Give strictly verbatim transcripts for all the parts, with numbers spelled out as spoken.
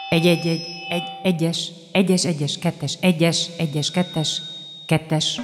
Egy, egy, egy, egy, egyes, egyes, egyes, kettes, egyes, egyes, kettes, kettes.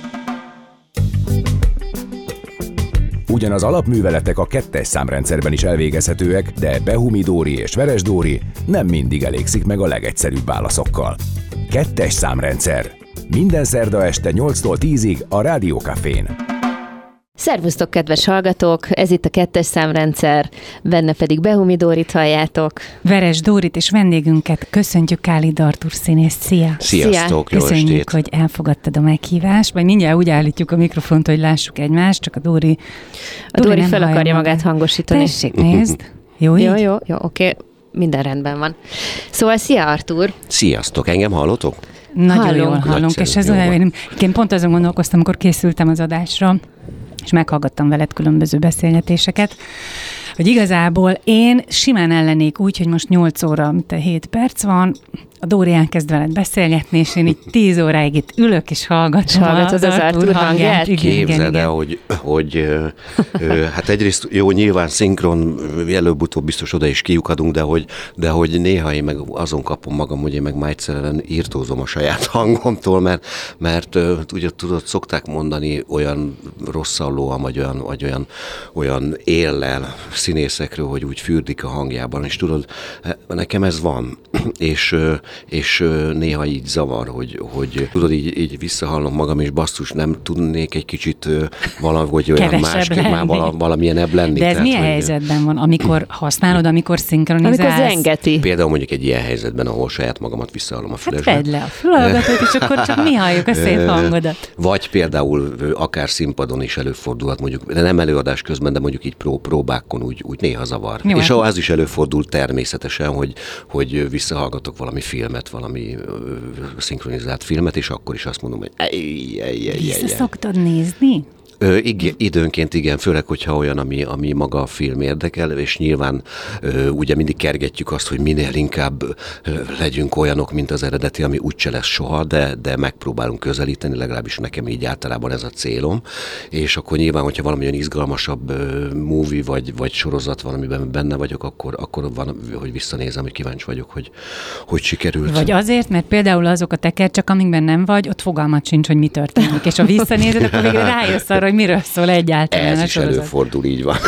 Ugyan az alapműveletek a kettes számrendszerben is elvégezhetőek, de Behumi Dóri és Veres Dóri nem mindig elégszik meg a legegyszerűbb válaszokkal. Kettes számrendszer. Minden szerda este nyolctól tízig a Rádió Cafén. Szervusztok, kedves hallgatók! Ez itt a kettes számrendszer, benne pedig Behumi Dórit halljátok. Veres Dórit és vendégünket köszöntjük, Kálid Artúr színészt. Szia! Sziasztok, jó Köszönjük, estét. hogy elfogadtad a meghívást. Majd mindjárt úgy állítjuk a mikrofont, hogy lássuk egymást, csak a Dóri... A Dóri, nem fel hallja akarja magát magát hangosítani. Tessék, nézd! Jó, így? Jó, jó, jó, oké. Minden rendben van. Szóval szia, Artúr! Sziasztok, engem hallotok? Nagyon Hallunk. jól hallunk, Nagyszerű, és ez jó olyan, van. én, én pont azon gondolkoztam, amikor készültem az adásra, és meghallgattam veled különböző beszélgetéseket, hogy igazából én simán ellenék úgy, hogy most nyolc óra, mint a hét perc van, a Dóri elkezd veled beszélgetni, és én így tíz óráig itt ülök és hallgatom Hallgatod az Artúr hangját? Igen, igen, Képzeld el, igen. hogy, hogy ö, ö, hát egyrészt jó, nyilván szinkron, előbb-utóbb biztos oda is kiukadunk, de hogy, de hogy néha én meg azon kapom magam, hogy én meg már egyszerűen írtózom a saját hangomtól, mert, mert ö, ugye tudod, szokták mondani olyan rosszallóan, vagy olyan, vagy olyan, olyan éllel színészekről, hogy úgy fürdik a hangjában, és tudod, nekem ez van, és, és néha így zavar, hogy, hogy tudod, így, így visszahallom magam, és basszus, nem tudnék egy kicsit valahogy olyan Kevesebb másképp, lenni. már vala, valamilyenebb lenni. De ez Tehát, milyen hogy- helyzetben van, amikor használod, amikor szinkronizálsz? Amikor zengeti. Például mondjuk egy ilyen helyzetben, ahol saját magamat visszahallom a Hát fülesbe. vedd le a fülhallgatót, és akkor csak mi halljuk a szép hangodat. Vagy például ö, akár színpadon is előfordulhat, mondjuk, de nem előadás közben, de mondjuk így pró- próbákon úgy, úgy néha zavar. Jó, és hát- az is előfordul természetesen, hogy, hogy visszahallgatok valami filmet, valami ö, szinkronizált filmet, és akkor is azt mondom, hogy ej, ej, ej, ej, Vissza ej. szoktad nézni? Ö, igen, időnként igen, főleg, hogyha olyan, ami, ami maga a film érdekel, és nyilván ö, ugye mindig kergetjük azt, hogy minél inkább ö, legyünk olyanok, mint az eredeti, ami úgyse lesz soha, de, de megpróbálunk közelíteni, legalábbis nekem így általában ez a célom, és akkor nyilván, hogyha valamilyen izgalmasabb ö, movie vagy, vagy sorozat van, amiben benne vagyok, akkor, akkor van, hogy visszanézem, hogy kíváncsi vagyok, hogy, hogy sikerült. Vagy azért, mert például azok a tekercsek, amikben nem vagy, ott fogalmat sincs, hogy mi történik. És ha visszanézed, akkor végre rájössz arra, hogy miről szól egyáltalán Ez a is sorozat. előfordul, így van.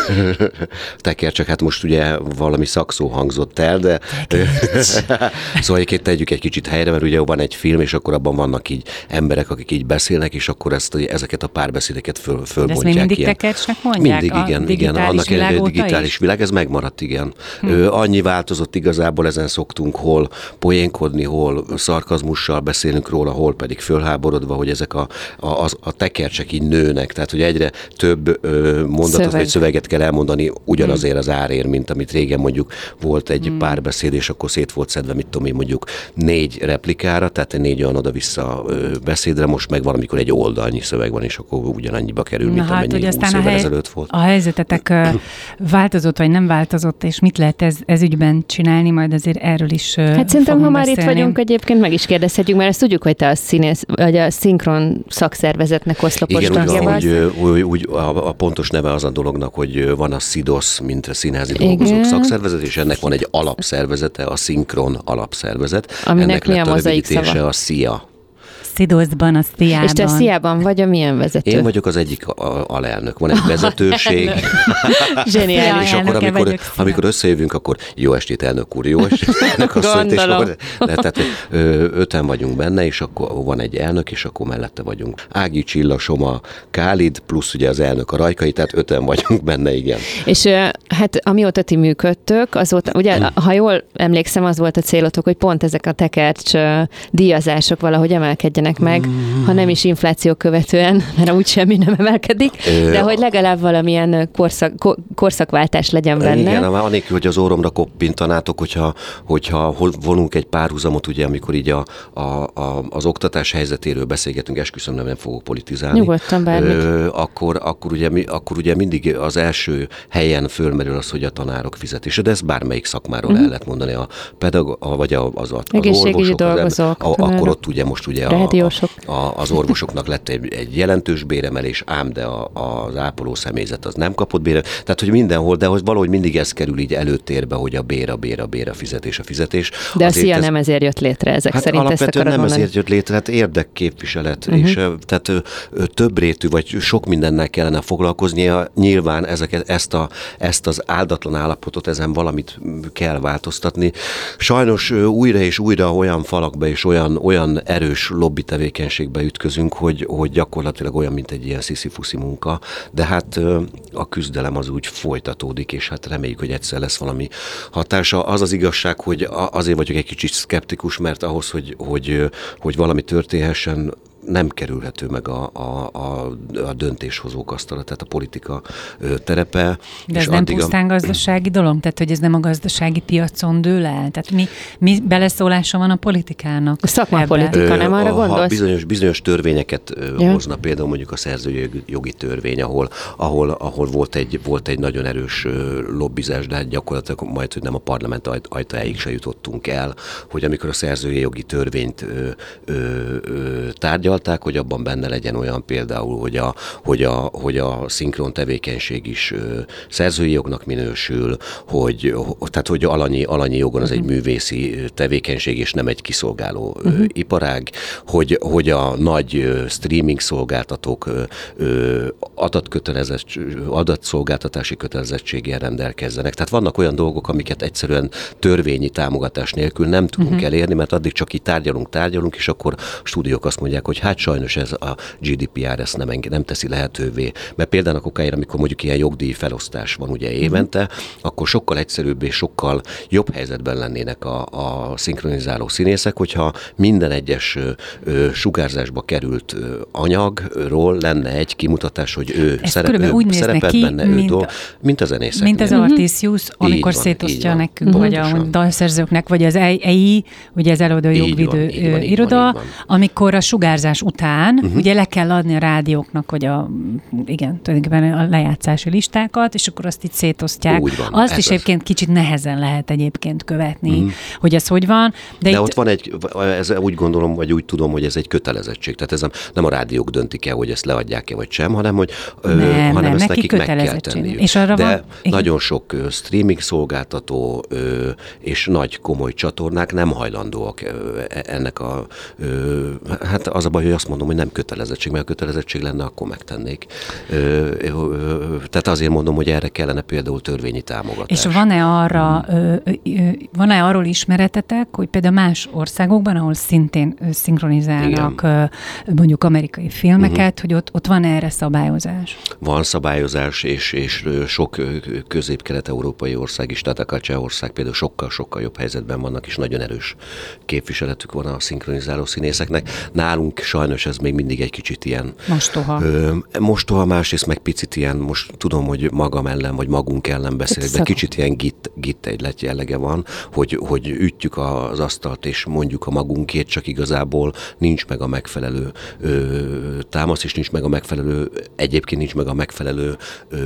Teker, csak hát most ugye valami szakszó hangzott el, de szóval egyébként tegyük egy kicsit helyre, mert ugye van egy film, és akkor abban vannak így emberek, akik így beszélnek, és akkor ezt, ezeket a párbeszédeket föl, De ezt fölbontják. még mindig ilyen. tekercsnek mondják? Mindig, a igen, igen. digitális Annak világ egy óta digitális is? világ, ez megmaradt, igen. Hm. Ö, annyi változott igazából, ezen szoktunk hol poénkodni, hol szarkazmussal beszélünk róla, hol pedig fölháborodva, hogy ezek a, a, a, a tekercsek így nőnek, tehát hogy egyre több ö, mondatot Szöveg. vagy szöveget kell elmondani ugyanazért az árért, mint amit régen mondjuk volt egy hmm. párbeszéd, és akkor szét volt szedve, mit tudom én, mondjuk négy replikára, tehát négy olyan oda-vissza ö, beszédre, most meg valamikor egy oldalnyi szöveg van, és akkor ugyanannyiba kerül, mint Na hát, amennyi hogy húsz aztán a, évvel hely, ezelőtt volt. a helyzetetek ö, változott, vagy nem változott, és mit lehet ez, ez ügyben csinálni, majd azért erről is ö, Hát szerintem, ha fogunk már itt beszélni. vagyunk, egyébként meg is kérdezhetjük, mert ezt tudjuk, hogy te a színész, vagy a szinkron szakszervezetnek oszlopos Igen, úgy tagja van, vagy. hogy, ö, úgy, úgy a, a pontos neve az a dolognak, hogy ö, van a SZIDOSZ, mint a Színházi Igen. Dolgozók Szakszervezet, és ennek van egy alapszervezete, a Szinkron Alapszervezet. Aminek ennek mi a lett a mozaik rövidítése szava? a szia. Szidoszban, a Sziában. És te Sziában vagy a milyen vezető? Én vagyok az egyik a- alelnök. Van egy vezetőség. Zseniális. És akkor, elnöke amikor, vagyok, szia. amikor összejövünk, akkor jó estét, elnök úr, jó estét, elnök asszonyt, és Gondolom. akkor, de, tehát ö, öten vagyunk benne, és akkor van egy elnök, és akkor mellette vagyunk. Ági, Csilla, Soma, Kálid, plusz ugye az elnök a Rajkai, tehát öten vagyunk benne, igen. És ö, hát amióta ti működtök, azóta, ugye, ha jól emlékszem, az volt a célotok, hogy pont ezek a tekercs ö, díjazások valahogy emelkedjenek meg, ha nem is infláció követően, mert úgy semmi nem emelkedik, Ö, de hogy legalább valamilyen ö, korszak, ko- korszakváltás legyen benne. Igen, már anélkül, hogy az orromra koppintanátok, hogyha, hogyha vonunk egy párhuzamot, ugye, amikor így a, a, a, az oktatás helyzetéről beszélgetünk, esküszöm, nem, nem fogok politizálni. Nyugodtan bármit. Ö, akkor, akkor, ugye, mi- akkor ugye mindig az első helyen fölmerül az, hogy a tanárok fizetése, de ezt bármelyik szakmáról Mhm. el lehet mondani, a pedagóg, vagy a, az, az Egészségügyi orvosok, az dolgozók, ember- a, tanárok. akkor ott ugye most ugye a, Rehabilitációs a, a, az orvosoknak lett egy, egy jelentős béremelés, ám de a, az ápoló személyzet az nem kapott bére. Tehát, hogy mindenhol, de hogy valahogy mindig ez kerül így előtérbe, hogy a bér, a bér, a bér, a fizetés, a fizetés. De a szia ez, nem ezért jött létre, ezek hát szerint ezt akarod nem mondani? ezért jött létre, hát érdekképviselet, uh-huh. és tehát több rétű, vagy sok mindennel kellene foglalkoznia. Nyilván ezeket, ezt, a, ezt az áldatlan állapotot, ezen valamit kell változtatni. Sajnos újra és újra olyan falakba és olyan, olyan erős lobby tevékenységbe ütközünk, hogy, hogy gyakorlatilag olyan, mint egy ilyen sziszifuszi munka, de hát a küzdelem az úgy folytatódik, és hát reméljük, hogy egyszer lesz valami hatása. Az az igazság, hogy azért vagyok egy kicsit szkeptikus, mert ahhoz, hogy, hogy, hogy valami történhessen, nem kerülhető meg a, a, a, a döntéshozók asztala, tehát a politika ö, terepe. De ez nem pusztán a... gazdasági dolog? Tehát, hogy ez nem a gazdasági piacon dől el? Tehát mi, mi beleszólása van a politikának? A szakmapolitika, nem arra gondolsz? Ha bizonyos, bizonyos törvényeket ja. hozna, például mondjuk a szerzőjogi törvény, ahol, ahol, ahol volt, egy, volt egy nagyon erős lobbizás, de hát gyakorlatilag majd, hogy nem a parlament ajtajáig se jutottunk el, hogy amikor a szerzői jogi törvényt ö, ö, ö, tárgyal, hogy abban benne legyen olyan például, hogy a, hogy a, hogy a szinkron tevékenység is ö, szerzői jognak minősül, hogy, tehát hogy alanyi, alanyi jogon az uh-huh. egy művészi tevékenység, és nem egy kiszolgáló uh-huh. ö, iparág, hogy, hogy a nagy ö, streaming szolgáltatók ö, ö, adatszolgáltatási kötelezettséggel rendelkezzenek. Tehát vannak olyan dolgok, amiket egyszerűen törvényi támogatás nélkül nem tudunk uh-huh. elérni, mert addig csak így tárgyalunk, tárgyalunk, és akkor a stúdiók azt mondják, hogy hát sajnos ez a gé dé pé er ezt nem, enge- nem teszi lehetővé. Mert például okáért, amikor mondjuk ilyen jogdíj felosztás van ugye évente, mm. akkor sokkal egyszerűbb és sokkal jobb helyzetben lennének a, a szinkronizáló színészek, hogyha minden egyes ö, ö, sugárzásba került ö, anyagról lenne egy kimutatás, hogy ő, szerep, ő úgy szerepet ki, benne, mint, ő dolg, mint a zenészek. Mint az Artisius, amikor van, szétosztja nekünk, vagy a dalszerzőknek, vagy az e i, ugye az előadó jogvédő iroda, amikor a sugárzás után uh-huh. ugye le kell adni a rádióknak, vagy a, igen, tulajdonképpen a lejátszási listákat, és akkor azt így szétosztják. Úgy van, azt is egyébként kicsit nehezen lehet egyébként követni, uh-huh. hogy ez hogy van. De, de itt... ott van egy, ez úgy gondolom, vagy úgy tudom, hogy ez egy kötelezettség. Tehát ez nem a rádiók döntik el, hogy ezt leadják-e, vagy sem, hanem, hogy nem, hanem nem, ezt nekik nekik meg kell tenniük. És arra de van, nagyon sok streaming szolgáltató és nagy komoly csatornák nem hajlandóak ennek a, hát az a baj, hogy azt mondom, hogy nem kötelezettség, mert a kötelezettség lenne, akkor megtennék. Ö, ö, tehát azért mondom, hogy erre kellene például törvényi támogatás. És van-e arra, hmm. ö, ö, van-e arról ismeretetek, hogy például más országokban, ahol szintén szinkronizálnak ö, mondjuk amerikai filmeket, uh-huh. hogy ott, ott van erre szabályozás? Van szabályozás, és, és sok közép-kelet-európai ország is, tehát a Csehország például sokkal-sokkal jobb helyzetben vannak, és nagyon erős képviseletük van a szinkronizáló színészeknek. Nálunk sajnos ez még mindig egy kicsit ilyen... Mostoha. Ö, mostoha, másrészt meg picit ilyen, most tudom, hogy magam ellen, vagy magunk ellen beszélek, de kicsit ilyen git, git egy jellege van, hogy, hogy ütjük az asztalt, és mondjuk a magunkét, csak igazából nincs meg a megfelelő ö, támasz, és nincs meg a megfelelő, egyébként nincs meg a megfelelő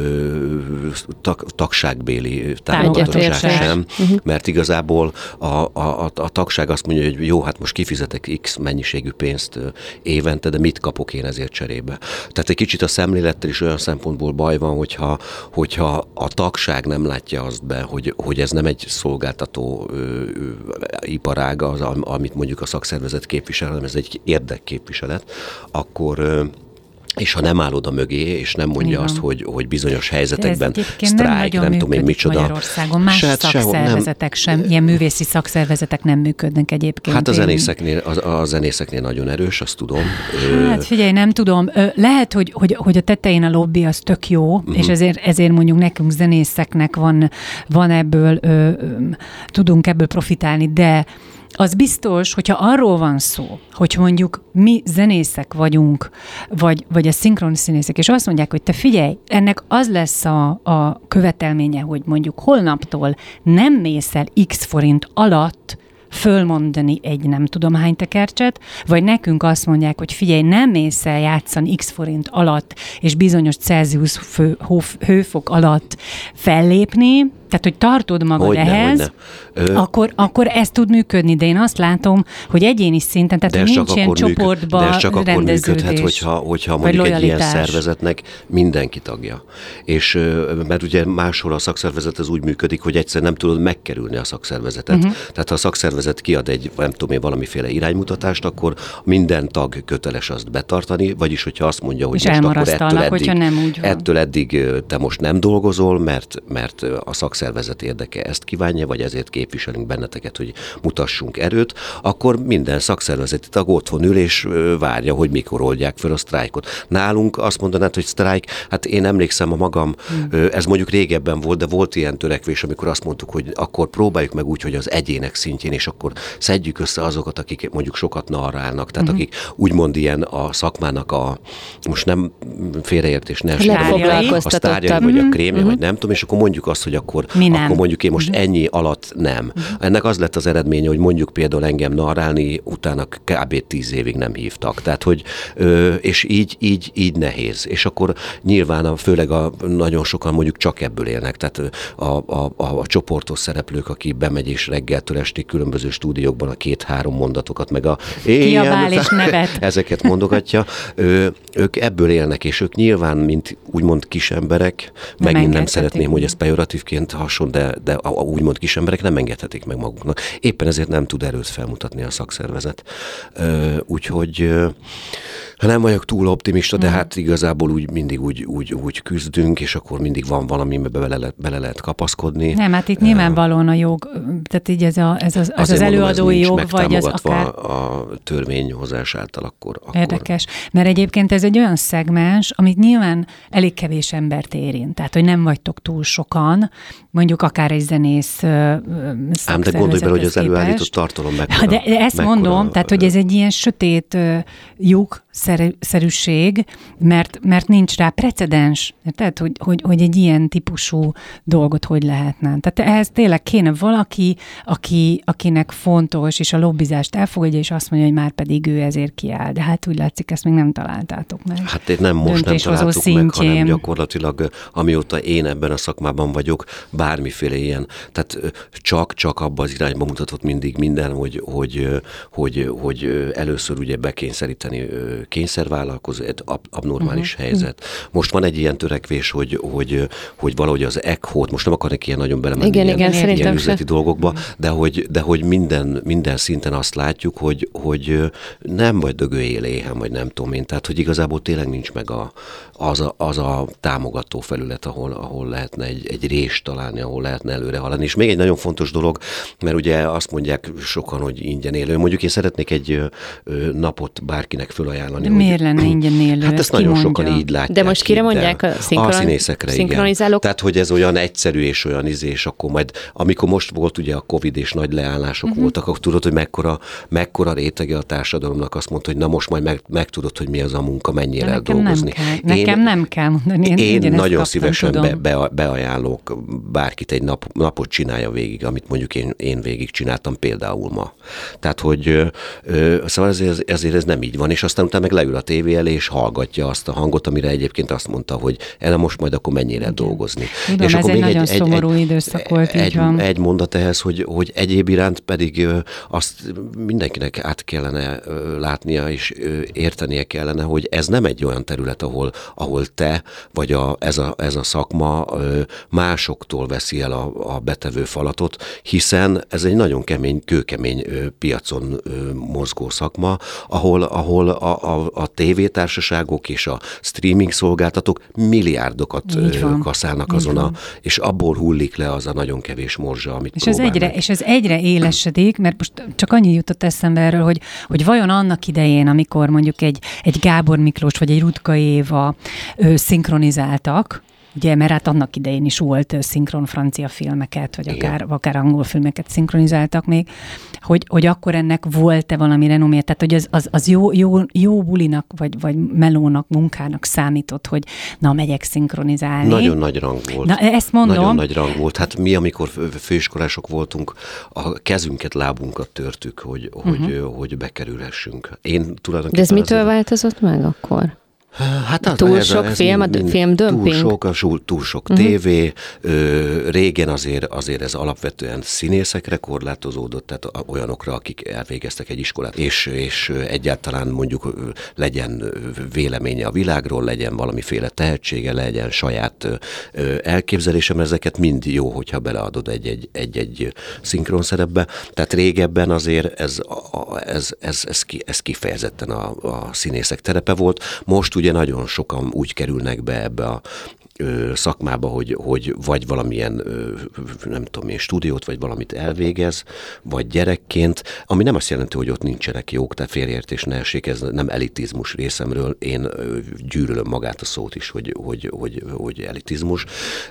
ö, tag, tagságbéli támogatás sem, uh-huh. mert igazából a, a, a, a tagság azt mondja, hogy jó, hát most kifizetek X mennyiségű pénzt évente, de mit kapok én ezért cserébe? Tehát egy kicsit a szemlélettel is olyan szempontból baj van, hogyha, hogyha a tagság nem látja azt be, hogy, hogy ez nem egy szolgáltató ö, ö, iparága, az, amit mondjuk a szakszervezet képvisel, hanem ez egy érdekképviselet, akkor ö, és ha nem áll oda mögé, és nem mondja igen. azt, hogy, hogy bizonyos helyzetekben sztrájk, nem, nem tudom én micsoda. Magyarországon más se, szakszervezetek sem, nem, ilyen művészi szakszervezetek nem működnek egyébként. Hát a zenészeknél, a, a zenészeknél nagyon erős, azt tudom. Hát figyelj, nem tudom. Lehet, hogy, hogy, hogy a tetején a lobby az tök jó, uh-huh. és ezért, ezért mondjuk nekünk zenészeknek van, van ebből, ö, ö, tudunk ebből profitálni, de az biztos, hogyha arról van szó, hogy mondjuk mi zenészek vagyunk, vagy, vagy a szinkron színészek, és azt mondják, hogy te figyelj, ennek az lesz a, a követelménye, hogy mondjuk holnaptól nem mész el X forint alatt fölmondani egy nem tudom hány tekercset, vagy nekünk azt mondják, hogy figyelj, nem mész el játszani X forint alatt, és bizonyos Celsius fő, hó, hőfok alatt fellépni, Tehát, hogy tartod magad Hogyne, ehhez, hogyne. Ö... akkor, akkor ez tud működni, de én azt látom, hogy egyéni szinten, tehát hogy nincs ilyen csoportba De ez csak akkor működhet, hogyha, hogyha mondjuk egy ilyen szervezetnek mindenki tagja. És mert ugye máshol a szakszervezet az úgy működik, hogy egyszer nem tudod megkerülni a szakszervezetet. Uh-huh. Tehát ha a szakszervezet kiad egy, nem tudom én, valamiféle iránymutatást, akkor minden tag köteles azt betartani, vagyis hogyha azt mondja, hogy most akkor ettől eddig, nem úgy van. ettől eddig te most nem dolgozol, mert, mert a szakszervezet érdeke ezt kívánja, vagy ezért képviselünk benneteket, hogy mutassunk erőt, akkor minden szakszervezeti tag otthon ül és várja, hogy mikor oldják fel a sztrájkot. Nálunk azt mondanád, hogy sztrájk, hát én emlékszem a magam, hmm. ez mondjuk régebben volt, de volt ilyen törekvés, amikor azt mondtuk, hogy akkor próbáljuk meg úgy, hogy az egyének szintjén, és akkor szedjük össze azokat, akik mondjuk sokat narrálnak, tehát hmm. akik úgymond ilyen a szakmának a, most nem félreértés, ne a sztárjai, vagy a krémje, hmm. vagy nem tudom, és akkor mondjuk azt, hogy akkor, akkor mondjuk én most hmm. ennyi alatt nem. Hmm. Ennek az lett az eredménye, hogy mondjuk például engem narrálni, utána kb. tíz évig nem hívtak. Tehát, hogy, és így, így, így nehéz. És akkor nyilván a, főleg a, nagyon sokan mondjuk csak ebből élnek. Tehát a, a, a, a csoportos szereplők, aki bemegy és reggeltől estig különböző stúdiókban a két-három mondatokat, meg a kiabál és nevet. Ezeket mondogatja. Ő, ők ebből élnek, és ők nyilván, mint úgymond kis emberek, nem megint nem szeretném, hogy ez pejoratívként hason, de, de a, a úgymond kis emberek nem engedhetik meg maguknak. Éppen ezért nem tud erőt felmutatni a szakszervezet. Úgyhogy nem vagyok túl optimista, de hát igazából úgy mindig úgy, úgy, úgy küzdünk, és akkor mindig van valami, amiben bele lehet, bele lehet kapaszkodni. Nem, hát itt nyilvánvalóan a jog, tehát így ez, a, ez az, az, az előadói mondom, jog, vagy az akár... a törvényhozás által, akkor, akkor... Érdekes, mert egyébként ez egy olyan szegmens, amit nyilván elég kevés embert érint. Tehát, hogy nem vagytok túl sokan, mondjuk akár egy zenész szakszervezethez. Ám de gondolj bele, hogy az előállított tartalom mekkora. De, de ezt mekkora, mondom, tehát, hogy ez egy ilyen sötét lyuk szerűség, mert, mert nincs rá precedens. Tehát, hogy, hogy, hogy egy ilyen típusú dolgot hogy lehetne. Tehát ehhez tényleg kéne valaki, aki, akinek fontos, és a lobbizást elfogadja, és azt mondja, hogy már pedig ő ezért kiáll. De hát úgy látszik, ezt még nem találtátok meg. Hát én nem most nem találtuk szintjén. meg, hanem gyakorlatilag amióta én ebben a szakmában vagyok, bármiféle ilyen, tehát csak-csak abban az irányba mutatott mindig minden, hogy, hogy, hogy, hogy először ugye bekényszeríteni kényszervállalkozó, ab, abnormális uh-huh. helyzet. Most van egy ilyen törekvés, hogy, hogy, hogy valahogy az E C H-ot, most nem akarnék ilyen nagyon belemenni igen, ilyen, igen, ilyen üzleti dolgokba, de hogy, de hogy minden, minden szinten azt látjuk, hogy, hogy nem vagy dögőjél éhen, vagy nem tudom én, tehát hogy igazából tényleg nincs meg a, az, a, az a támogató felület, ahol, ahol lehetne egy, egy rést találni, ahol lehetne előre haladni. És még egy nagyon fontos dolog, mert ugye azt mondják sokan, hogy ingyen élő. Mondjuk én szeretnék egy napot bárkinek fölajánlani. De miért lenne ingyen élő? Hát ezt nagyon sokan így látják. De most kire mondják a, szinkron... a színészekre, szinkronizálók? Igen. Tehát, hogy ez olyan egyszerű és olyan izé, és akkor majd, amikor most volt ugye a Covid és nagy leállások uh-huh. voltak, akkor tudod, hogy mekkora, mekkora rétege a társadalomnak azt mondta, hogy na most majd meg, megtudod, hogy mi az a munka, mennyire el dolgozni. Nem kell. Nekem én, nem kell mondani. Én, én nagyon kaptam, szívesen be, be, beajánlok bárkit egy nap, napot csinálja végig, amit mondjuk én, én végig csináltam például ma. Tehát, hogy ö, szóval ezért, ezért ez nem így van, és aztán utána meg leül a tévé elé, és hallgatja azt a hangot, amire egyébként azt mondta, hogy el most majd akkor mennyire el dolgozni. Tudom, és ez akkor egy még nagyon egy, szomorú egy, időszak volt, egy, így van. Egy mondat ehhez, hogy, hogy egyéb iránt pedig ö, azt mindenkinek át kellene ö, látnia, és ö, értenie kellene, hogy ez nem egy olyan terület, ahol, ahol te, vagy a, ez, a, ez a szakma ö, másoktól veszi el a, a betevő falatot, hiszen ez egy nagyon kemény, kőkemény ö, piacon ö, mozgó szakma, ahol, ahol a, a, a tévétársaságok és a streaming szolgáltatók milliárdokat kaszálnak azon a, és abból hullik le az a nagyon kevés morzsa, amit és ez egyre, és ez egyre élesedik, mert most csak annyi jutott eszembe erről, hogy, hogy vajon annak idején, amikor mondjuk egy, egy Gábor Miklós vagy egy Rutka Éva ö, szinkronizáltak, ugye, mert hát annak idején is volt szinkron francia filmeket, vagy akár, akár angol filmeket szinkronizáltak még, hogy, hogy akkor ennek volt-e valami renomé, tehát hogy az, az, az jó, jó, jó bulinak, vagy, vagy melónak, munkának számított, hogy na, megyek szinkronizálni. Nagyon nagy rang volt. Na, ezt mondom. Nagyon nagy rang volt. Hát mi, amikor főiskolások voltunk, a kezünket, lábunkat törtük, hogy, uh-huh. hogy, hogy bekerülhessünk. Én tulajdonképpen... De ez mitől azért... változott meg akkor? Hát az, túl ez, sok ez film, mind, a filmdömping? Túl sok, a, túl sok uh-huh. tévé. Ö, régen azért, azért ez alapvetően színészekre korlátozódott, tehát olyanokra, akik elvégeztek egy iskolát, és, és egyáltalán mondjuk legyen véleménye a világról, legyen valamiféle tehetsége, legyen saját elképzelésem, ezeket mind jó, hogyha beleadod egy-egy, egy-egy szinkronszerepbe. Tehát régebben azért ez, ez, ez, ez, ez kifejezetten a, a színészek terepe volt. Most ugye nagyon sokan úgy kerülnek be ebbe a szakmába, hogy, hogy vagy valamilyen, nem tudom én, stúdiót, vagy valamit elvégez, vagy gyerekként, ami nem azt jelenti, hogy ott nincsenek jók, tehát félreértés ne essék, ez nem elitizmus részemről, én gyűlölöm magát a szót is, hogy, hogy, hogy, hogy elitizmus.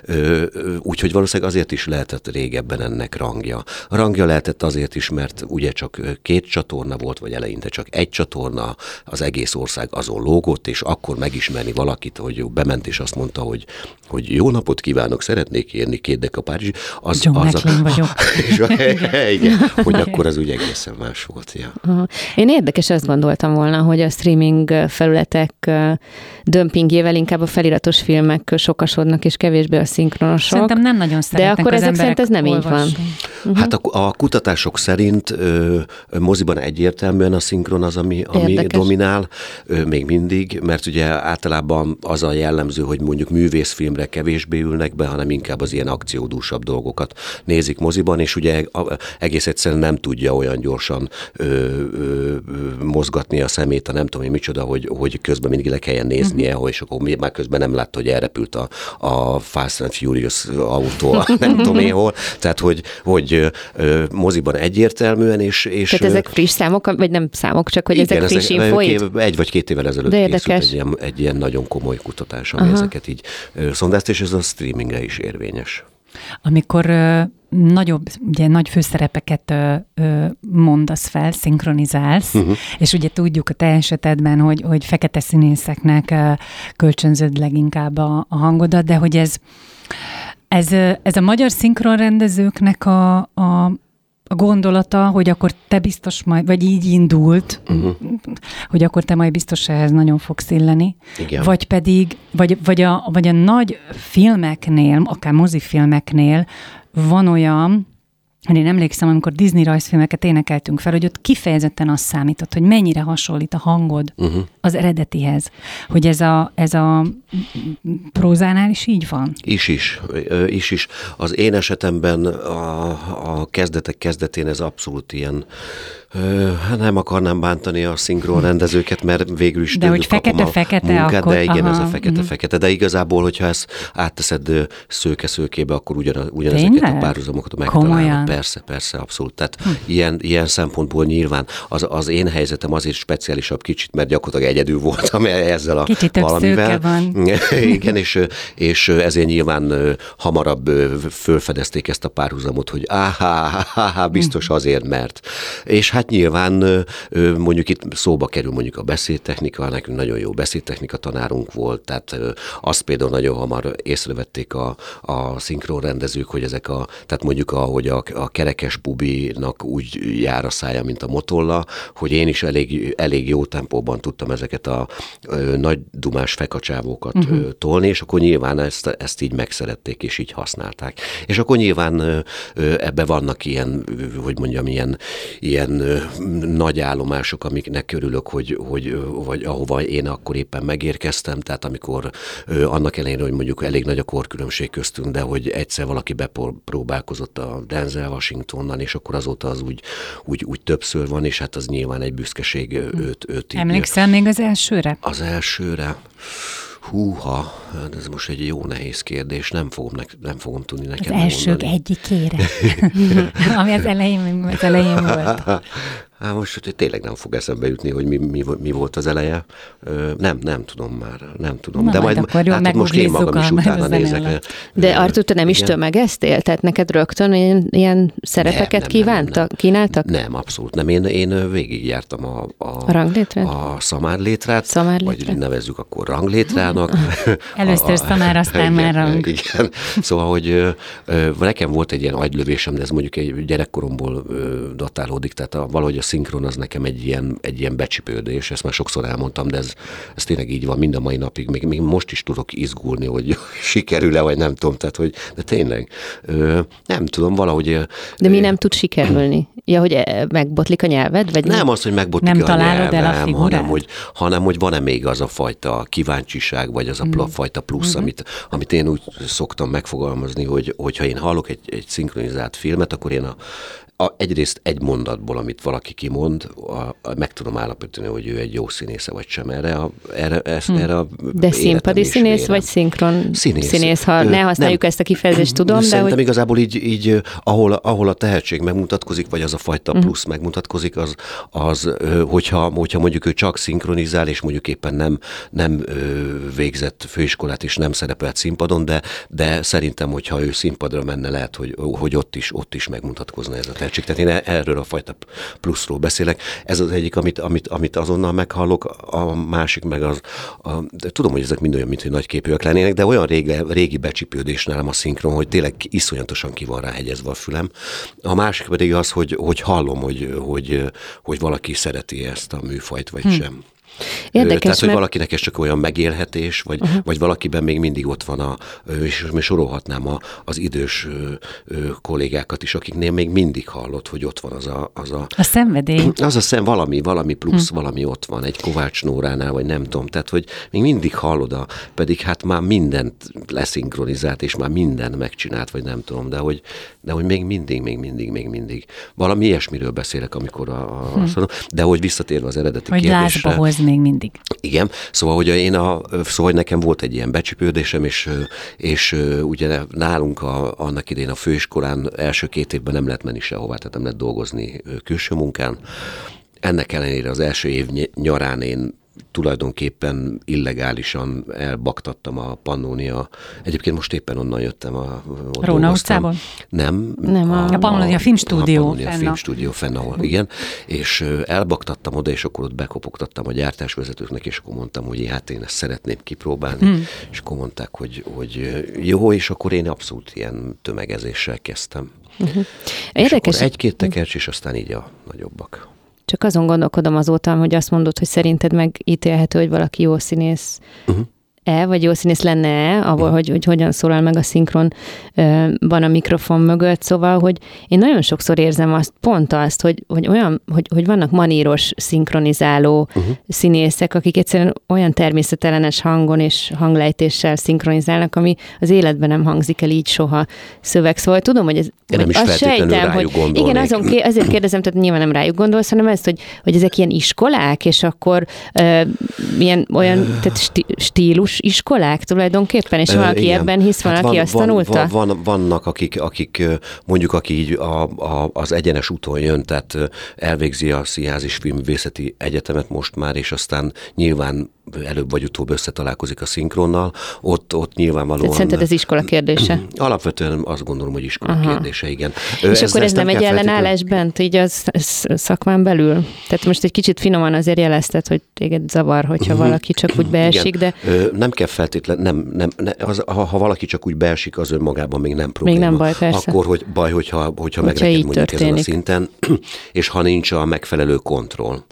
Úgyhogy valószínűleg azért is lehetett régebben ennek rangja. A rangja lehetett azért is, mert ugye csak két csatorna volt, vagy eleinte csak egy csatorna, az egész ország azon lógott, és akkor megismerni valakit, hogy bement, és azt mondta, hogy hogy jó napot kívánok, szeretnék érni Kétnek a Párizsi. Az, John az a, vagyok. És a, igen, hogy akkor az ugye egészen más volt. Ja. Aha. Én érdekes azt gondoltam volna, hogy a streaming felületek dömpingjével inkább a feliratos filmek sokasodnak, és kevésbé a szinkronosok. Szerintem nem nagyon szeretnek. De akkor az ezek szerint ez nem olvasni. így van. Uh-huh. Hát a, a kutatások szerint ö, moziban egyértelműen a szinkron az, ami, ami dominál, ö, még mindig, mert ugye általában az a jellemző, hogy mondjuk művészfilmre kevésbé ülnek be, hanem inkább az ilyen akciódúsabb dolgokat nézik moziban, és ugye egész egyszerűen nem tudja olyan gyorsan ö, ö, mozgatni a szemét, a nem tudom én micsoda, hogy, hogy közben mindig le kelljen néznie, uh-huh. és akkor már közben nem látta, hogy elrepült a, a Fast and Furious autó, nem tudom én hol. Tehát, hogy, hogy ö, moziban egyértelműen, és... és Tehát ezek friss számok, vagy nem számok, csak hogy igen, ezek friss infóid? Egy vagy két évvel ezelőtt készült egy ilyen, egy ilyen nagyon komoly kutatás, ami Aha. ezeket így szondázt, és ez a streamingre is érvényes. Amikor ö, nagyobb, ugye nagy főszerepeket ö, ö, mondasz fel, szinkronizálsz, uh-huh. és ugye tudjuk a te esetedben, hogy, hogy fekete színészeknek ö, kölcsönzöd leginkább a, a hangodat, de hogy ez, ez, ez a magyar szinkronrendezőknek a, a a gondolata, hogy akkor te biztos majd, vagy így indult, uh-huh. hogy akkor te majd biztos ehhez nagyon fogsz illeni. Igen. Vagy pedig, vagy, vagy, a, vagy a nagy filmeknél, akár mozifilmeknél van olyan, én emlékszem, amikor Disney rajzfilmeket énekeltünk fel, hogy ott kifejezetten az számított, hogy mennyire hasonlít a hangod uh-huh. az eredetihez. Hogy ez a, ez a prózánál is így van? Is is, is is. Az én esetemben a, a kezdetek kezdetén ez abszolút ilyen, hát nem akarnám bántani a szinkron rendezőket, mert végül is de hogy fekete-fekete munkát, akkor... de igen, aha, ez a fekete-fekete. De igazából, hogyha ezt átteszed szőke-szőkébe, akkor ugyan, ugyanezeket Tényleg? a párhuzamokat megtalálod. Persze, persze, abszolút. Tehát hm. ilyen, ilyen szempontból nyilván az, az én helyzetem azért speciálisabb kicsit, mert gyakorlatilag egyedül voltam ezzel a kicsit valamivel. Van. Igen, és, és ezért nyilván hamarabb fölfedezték ezt a párhuzamot, hogy áhá, áhá, biztos azért, mert. És hát nyilván mondjuk itt szóba kerül mondjuk a beszédtechnika, nekünk nagyon jó beszédtechnika tanárunk volt, tehát azt például nagyon hamar észrevették a, a szinkronrendezők, hogy ezek a, tehát mondjuk ahogy a, a kerekes pubinak úgy jár a szája, mint a motolla, hogy én is elég, elég jó tempóban tudtam ezeket a ö, nagy dumás fekacsávókat uh-huh. ö, tolni, és akkor nyilván ezt, ezt így megszerették, és így használták. És akkor nyilván ö, ö, ebbe vannak ilyen, ö, hogy mondjam, ilyen, ilyen ö, nagy állomások, amiknek örülök, hogy, hogy vagy ahova én akkor éppen megérkeztem, tehát amikor ö, annak ellenére, hogy mondjuk elég nagy a korkülönbség köztünk, de hogy egyszer valaki bepróbálkozott a Denzel Washingtonnal, és akkor azóta az úgy, úgy, úgy többször van, és hát az nyilván egy büszkeség őt, őt Emlékszel még az elsőre? Az elsőre? Húha, ez most egy jó nehéz kérdés, nem fogom, ne, nem fogom tudni neked az elsők egyikére, ami az elején, az elején volt. Hát most tényleg nem fog eszembe jutni, hogy mi, mi, mi volt az eleje. Nem, nem tudom már, nem tudom. Na, de majd, majd látod, most én magam is utána nézek. De Artúr, te nem is tömegeztél? Tehát neked rögtön ilyen, ilyen szerepeket nem, kívántak, nem, nem. kínáltak? Nem, abszolút nem. Én, én végigjártam a, a, a ranglétrát, a szamárlétrát, szamárlétrát, vagy nevezzük akkor ranglétrának. Először szamár, aztán már rang. Igen. Szóval, hogy nekem volt egy ilyen agylövésem, de ez mondjuk egy gyerekkoromból datálódik, tehát valahogy a szinkron az nekem egy ilyen, egy ilyen becsipődés, ezt már sokszor elmondtam, de ez, ez tényleg így van mind a mai napig, még, még most is tudok izgulni, hogy sikerül-e, vagy nem tudom, tehát hogy, de tényleg, ö, nem tudom, valahogy... De mi nem tud sikerülni? Ja, hogy megbotlik a nyelved? Vagy nem az, hogy megbotlik nem a találod nyelvem, el a hanem hogy, hanem hogy van-e még az a fajta kíváncsiság, vagy az a mm. fajta plusz, mm-hmm. amit, amit én úgy szoktam megfogalmazni, hogy, hogyha én hallok egy, egy szinkronizált filmet, akkor én a A, egyrészt egy mondatból, amit valaki kimond, a, a, meg tudom állapítani, hogy ő egy jó színésze, vagy sem. Erre a, erre, ez, hmm. erre a De színpadi színész, vérem. Vagy szinkron színész? színész ha ő, ne használjuk nem, ezt a kifejezést, tudom, de szerintem hogy... igazából így, így ahol, ahol a tehetség megmutatkozik, vagy az a fajta plusz hmm. megmutatkozik, az, az hogyha, hogyha mondjuk ő csak szinkronizál, és mondjuk éppen nem, nem végzett főiskolát, és nem szerepelt színpadon, de, de szerintem, hogyha ő színpadra menne, lehet, hogy, hogy ott is, ott is megmutatkozna ez a tehetség. Tehát én erről a fajta pluszról beszélek. Ez az egyik, amit, amit, amit azonnal meghallok, a másik meg az, a, de tudom, hogy ezek mind olyan, mint hogy nagyképűek lennének, de olyan régi, régi becsipődés nálam a szinkron, hogy tényleg iszonyatosan ki van ráhegyezve a fülem. A másik pedig az, hogy, hogy hallom, hogy, hogy, hogy valaki szereti ezt a műfajt, vagy hm. sem. Érdekes, Tehát, hogy mert... valakinek ez csak olyan megélhetés, vagy, uh-huh. vagy valakiben még mindig ott van, a, és sorolhatnám a, az idős ö, ö, kollégákat is, akiknél még mindig hallott, hogy ott van az a... Az a, a szenvedély. Az a szem, valami, valami plusz, hm. valami ott van, egy Kovács Nóránál, vagy nem tudom, tehát, hogy még mindig hallod, a, pedig hát már mindent leszinkronizált, és már mindent megcsinált, vagy nem tudom, de hogy, de hogy még mindig, még mindig, még mindig. Valami ilyesmiről beszélek, amikor a, a hm. azt mondom, de hogy visszatérve az eredeti hogy kérdésre... Hogy még mindig. Igen, szóval, hogy én a, szóval nekem volt egy ilyen becsipődésem, és, és ugye nálunk a, annak idén a főiskolán első két évben nem lehet menni sehová, tehát nem lehet dolgozni külső munkán. Ennek ellenére az első év nyarán én tulajdonképpen illegálisan elbaktattam a Pannónia. Egyébként most éppen onnan jöttem. A, Róna utcában? Nem. Nem, a, a Pannónia Filmstúdió. A Pannónia Filmstúdió fenn, ahol, igen. És elbaktattam oda, és akkor ott bekopogtattam a gyártásvezetőknek, és akkor mondtam, hogy hát én ezt szeretném kipróbálni. Hmm. És akkor mondták, hogy, hogy jó, és akkor én abszolút ilyen tömegezéssel kezdtem. Uh-huh. Érdekes. És egy-két tekercs, és aztán így a nagyobbak. Csak azon gondolkodom azóta, hogy azt mondod, hogy szerinted megítélhető, hogy valaki jó színész uh-huh. e, vagy jó színész lenne-e, ahol, uh-huh. hogy, hogy hogyan szólal meg a szinkronban a mikrofon mögött, szóval, hogy én nagyon sokszor érzem azt, pont azt, hogy, hogy olyan, hogy, hogy vannak maníros szinkronizáló uh-huh. színészek, akik egyszerűen olyan természetellenes hangon és hanglejtéssel szinkronizálnak, ami az életben nem hangzik el így soha szöveg. Szóval tudom, hogy ez én nem is feltétlenül sejtem, rájuk hogy, igen, azon ké, azért kérdezem, tehát nyilván nem rájuk gondolsz, hanem ezt, hogy, hogy ezek ilyen iskolák, és akkor uh, ilyen olyan tehát sti, stílus iskolák tulajdonképpen, és van, aki ebben hisz, van, hát aki van, azt van, tanulta? Van, van, vannak, akik, akik mondjuk, aki így a, a, az egyenes úton jön, tehát elvégzi a Színház és Filmművészeti Egyetemet most már, és aztán nyilván előbb vagy utóbb összetalálkozik a szinkronnal, ott, ott nyilvánvalóan... Tehát szerinted ez iskola kérdése? Alapvetően azt gondolom, hogy iskola Aha. kérdése, igen. És ez, akkor ez nem egy ellenállás bent, így az szakmán belül? Tehát most egy kicsit finoman azért jelezted, hogy téged zavar, hogyha valaki csak úgy beesik, de... Nem kell feltétlen, nem, nem, nem az, ha, ha valaki csak úgy beesik, az önmagában még nem probléma. Még nem baj, persze. Akkor, hogy baj, hogyha, hogyha, hogyha megreked mondjuk történik. Ezen a szinten, és ha nincs a megfelelő kontroll.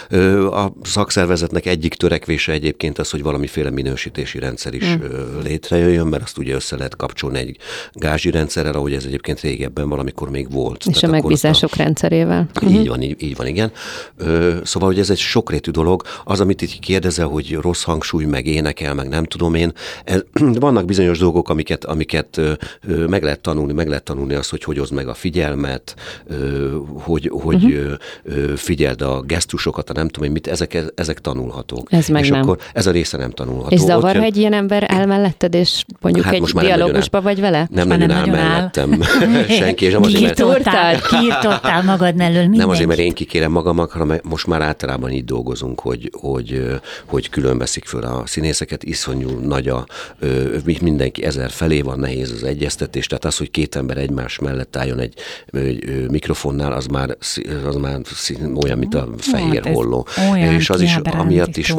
A szakszervezetnek egyik törekvése egyébként az, hogy valamiféle minősítési rendszer is hmm. létrejöjjön, mert azt ugye össze lehet kapcsolni egy gázsi rendszerrel, ahogy ez egyébként régebben valamikor még volt. És Tehát a megbízások a... rendszerével. Így van, így, így van, igen. Szóval, hogy ez egy sokrétű dolog. Az, amit itt kérdezel, hogy rossz hangsúly, meg énekel, meg nem tudom én. Ez, vannak bizonyos dolgok, amiket, amiket meg lehet tanulni, meg lehet tanulni azt, hogy hogy hozd meg a figyelmet, hogy, hogy uh-huh. figyeld a gesztusokat, a nem tudom én mit, ezek, ezek tanulhatók. Ez meg és nem. akkor ez a része nem tanulható. És zavar, ha egy ilyen ember áll melletted, és mondjuk hát egy dialógusba vagy vele? Nem nagyon áll mellettem senki. Kiirtottál, kiirtottál magad mellől mindenki. Nem azért, mert én kikérem magamat, hanem most már általában így dolgozunk, hogy, hogy, hogy külön veszik föl a színészeket, iszonyú nagy a, mindenki ezer felé van, nehéz az egyeztetés, tehát az, hogy két ember egymás mellett álljon egy mikrofonnál, az már, az már olyan, mint a fehér holló. És az is amiatt is van, mert ugye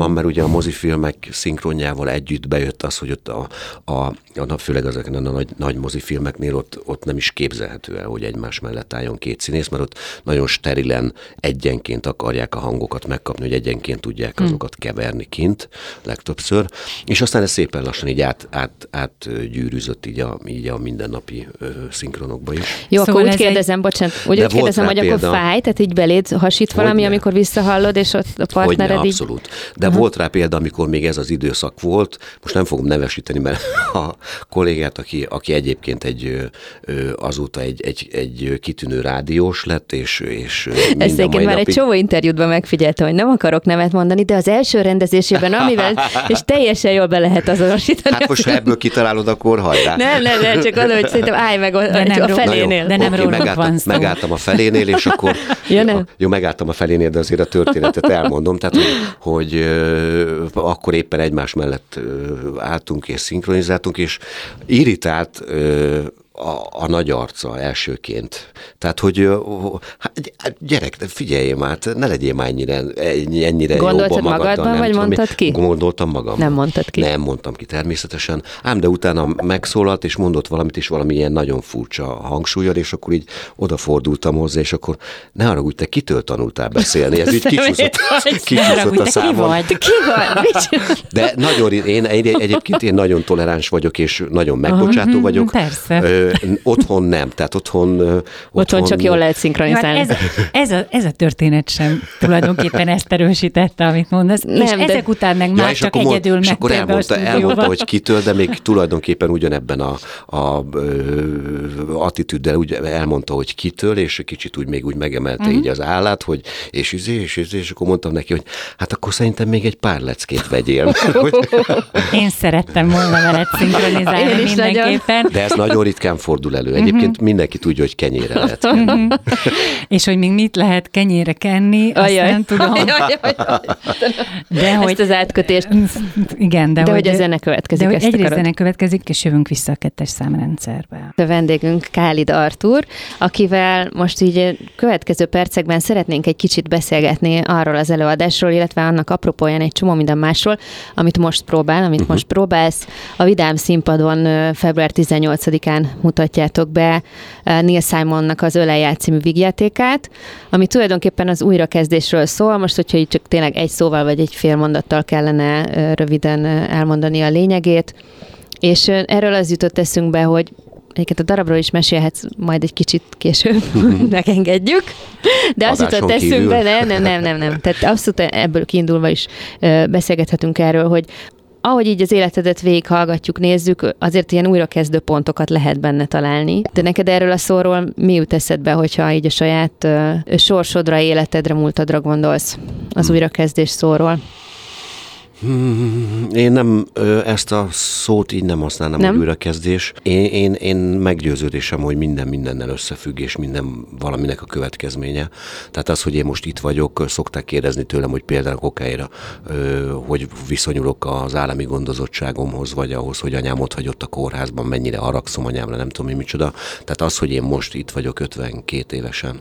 a mozifilmek szinkronjával együtt bejött az, hogy ott a, a, a főleg azokon a nagy, nagy mozifilmeknél ott, ott nem is képzelhető el, hogy egymás mellett álljon két színész, mert ott nagyon sterilen egyenként akarják a hangokat megkapni, hogy egyenként tudják azokat keverni kint legtöbbször, és aztán ez szépen lassan így át, át, átgyűrűzött így a, így a mindennapi ö, szinkronokba is. Jó, Szóval akkor úgy kérdezem, egy... bocsánat, úgy, úgy kérdezem, hogy példa... akkor fáj, tehát így beléd hasít valami, Hogyne. amikor visszahallod, és ott a partnered Hogyne, így... abszolút. De uh-huh. volt rá példa, amikor még ez az időszak volt, most nem fogom nevesíteni, mert a kollégát, aki, aki egyébként egy, azóta egy, egy, egy kitűnő rádiós lett, és, és ezt egyébként már napig... egy csomó interjútban megfigyeltem, hogy nem akarok nevet mondani, de az első rendezésében, amivel, és teljesen jól be lehet azonosítani. Hát most, ha ebből kitalálod, akkor hajrá. Nem, nem, nem, csak az, hogy szerintem állj meg a, a felénél. Jó, de nem okay, megálltam, megálltam a felénél, és akkor ja, nem. Jó, megálltam a felénél, de azért a történetet elmondom, tehát, hogy, hogy ö, akkor éppen egymás mellett ö, álltunk és szinkronizáltunk, és irritált ö, A, a nagy arca elsőként. Tehát, hogy hát gyerek, figyeljél már, ne legyél már ennyire, ennyire Gondoltad jobban magadban, magaddal, vagy tudom, mondtad ki? Gondoltam magam. Nem mondtad ki. Nem mondtam ki természetesen. Ám de utána megszólalt, és mondott valamit, és valami ilyen nagyon furcsa hangsúlyal, és akkor így odafordultam hozzá, és akkor ne haragudj, te kitől tanultál beszélni? Ez így kicsúszott, kicsúszott a számon. Ki vagy? Ki vagy? De nagyon, én egyébként én nagyon toleráns vagyok, és nagyon megbocsátó vagyok. Persze. Otthon nem, tehát otthon... Otthon, otthon csak jól lehet szinkronizálni. Ez, ez, a, ez a történet sem tulajdonképpen ezt erősítette, amit mondasz, nem, és de... ezek után meg már ja, csak akkor, egyedül meg akkor elmondta, elmondta, hogy kitől, de még tulajdonképpen ugyanebben a, a, a attitűddel úgy elmondta, hogy kitől, és kicsit úgy még úgy megemelte uh-huh. így az állát, hogy és izé, és izé, és akkor mondtam neki, hogy hát akkor szerintem még egy pár leckét vegyél. Én szerettem volna veled szinkronizálni mindenképpen. De ez nagyon ritkán fordul elő. Egyébként uh-huh. mindenki tudja, hogy kenyére lehet kenni. Uh-huh. És hogy még mit lehet kenyére kenni, azt ajaj. nem tudom. Ajaj, ajaj. De hogy, ezt az átkötést. Igen, de, de hogy, hogy a zene következik. De hogy egyrészt zene következik, és jövünk vissza a kettes számrendszerbe. A vendégünk Kálid Artúr, akivel most így következő percekben szeretnénk egy kicsit beszélgetni arról az előadásról, illetve annak apropóján egy csomó minden másról, amit most próbál, amit uh-huh. most próbálsz. A Vidám színpadon február tizennyolcadikán mutatjátok be Neil Simonnak az Ölelját című vígjátékát, ami tulajdonképpen az újrakezdésről szól. Most, hogyha így csak tényleg egy szóval vagy egy fél mondattal kellene röviden elmondani a lényegét. És erről az jutott eszünkbe, hogy egyébként a darabról is mesélhetsz majd egy kicsit később, megengedjük. De azt jutott eszünkbe, nem, nem, nem, nem, nem. Tehát abszolút ebből kiindulva is beszélgethetünk erről, hogy ahogy így az életedet végighallgatjuk, nézzük, azért ilyen újrakezdő pontokat lehet benne találni. De neked erről a szóról mi jut eszedbe, hogyha így a saját uh, sorsodra, életedre, múltadra gondolsz az újrakezdés szóról? Én nem ezt a szót így nem használnám, nem? Hogy újrakezdés. Én, én, én meggyőződésem, hogy minden mindennel összefügg, és minden valaminek a következménye. Tehát az, hogy én most itt vagyok, szokták kérdezni tőlem, hogy például okáira, hogy viszonyulok az állami gondozottságomhoz, vagy ahhoz, hogy anyám ott hagyott a kórházban, mennyire haragszom anyámra, nem tudom, mi micsoda. Tehát az, hogy én most itt vagyok ötvenkét évesen,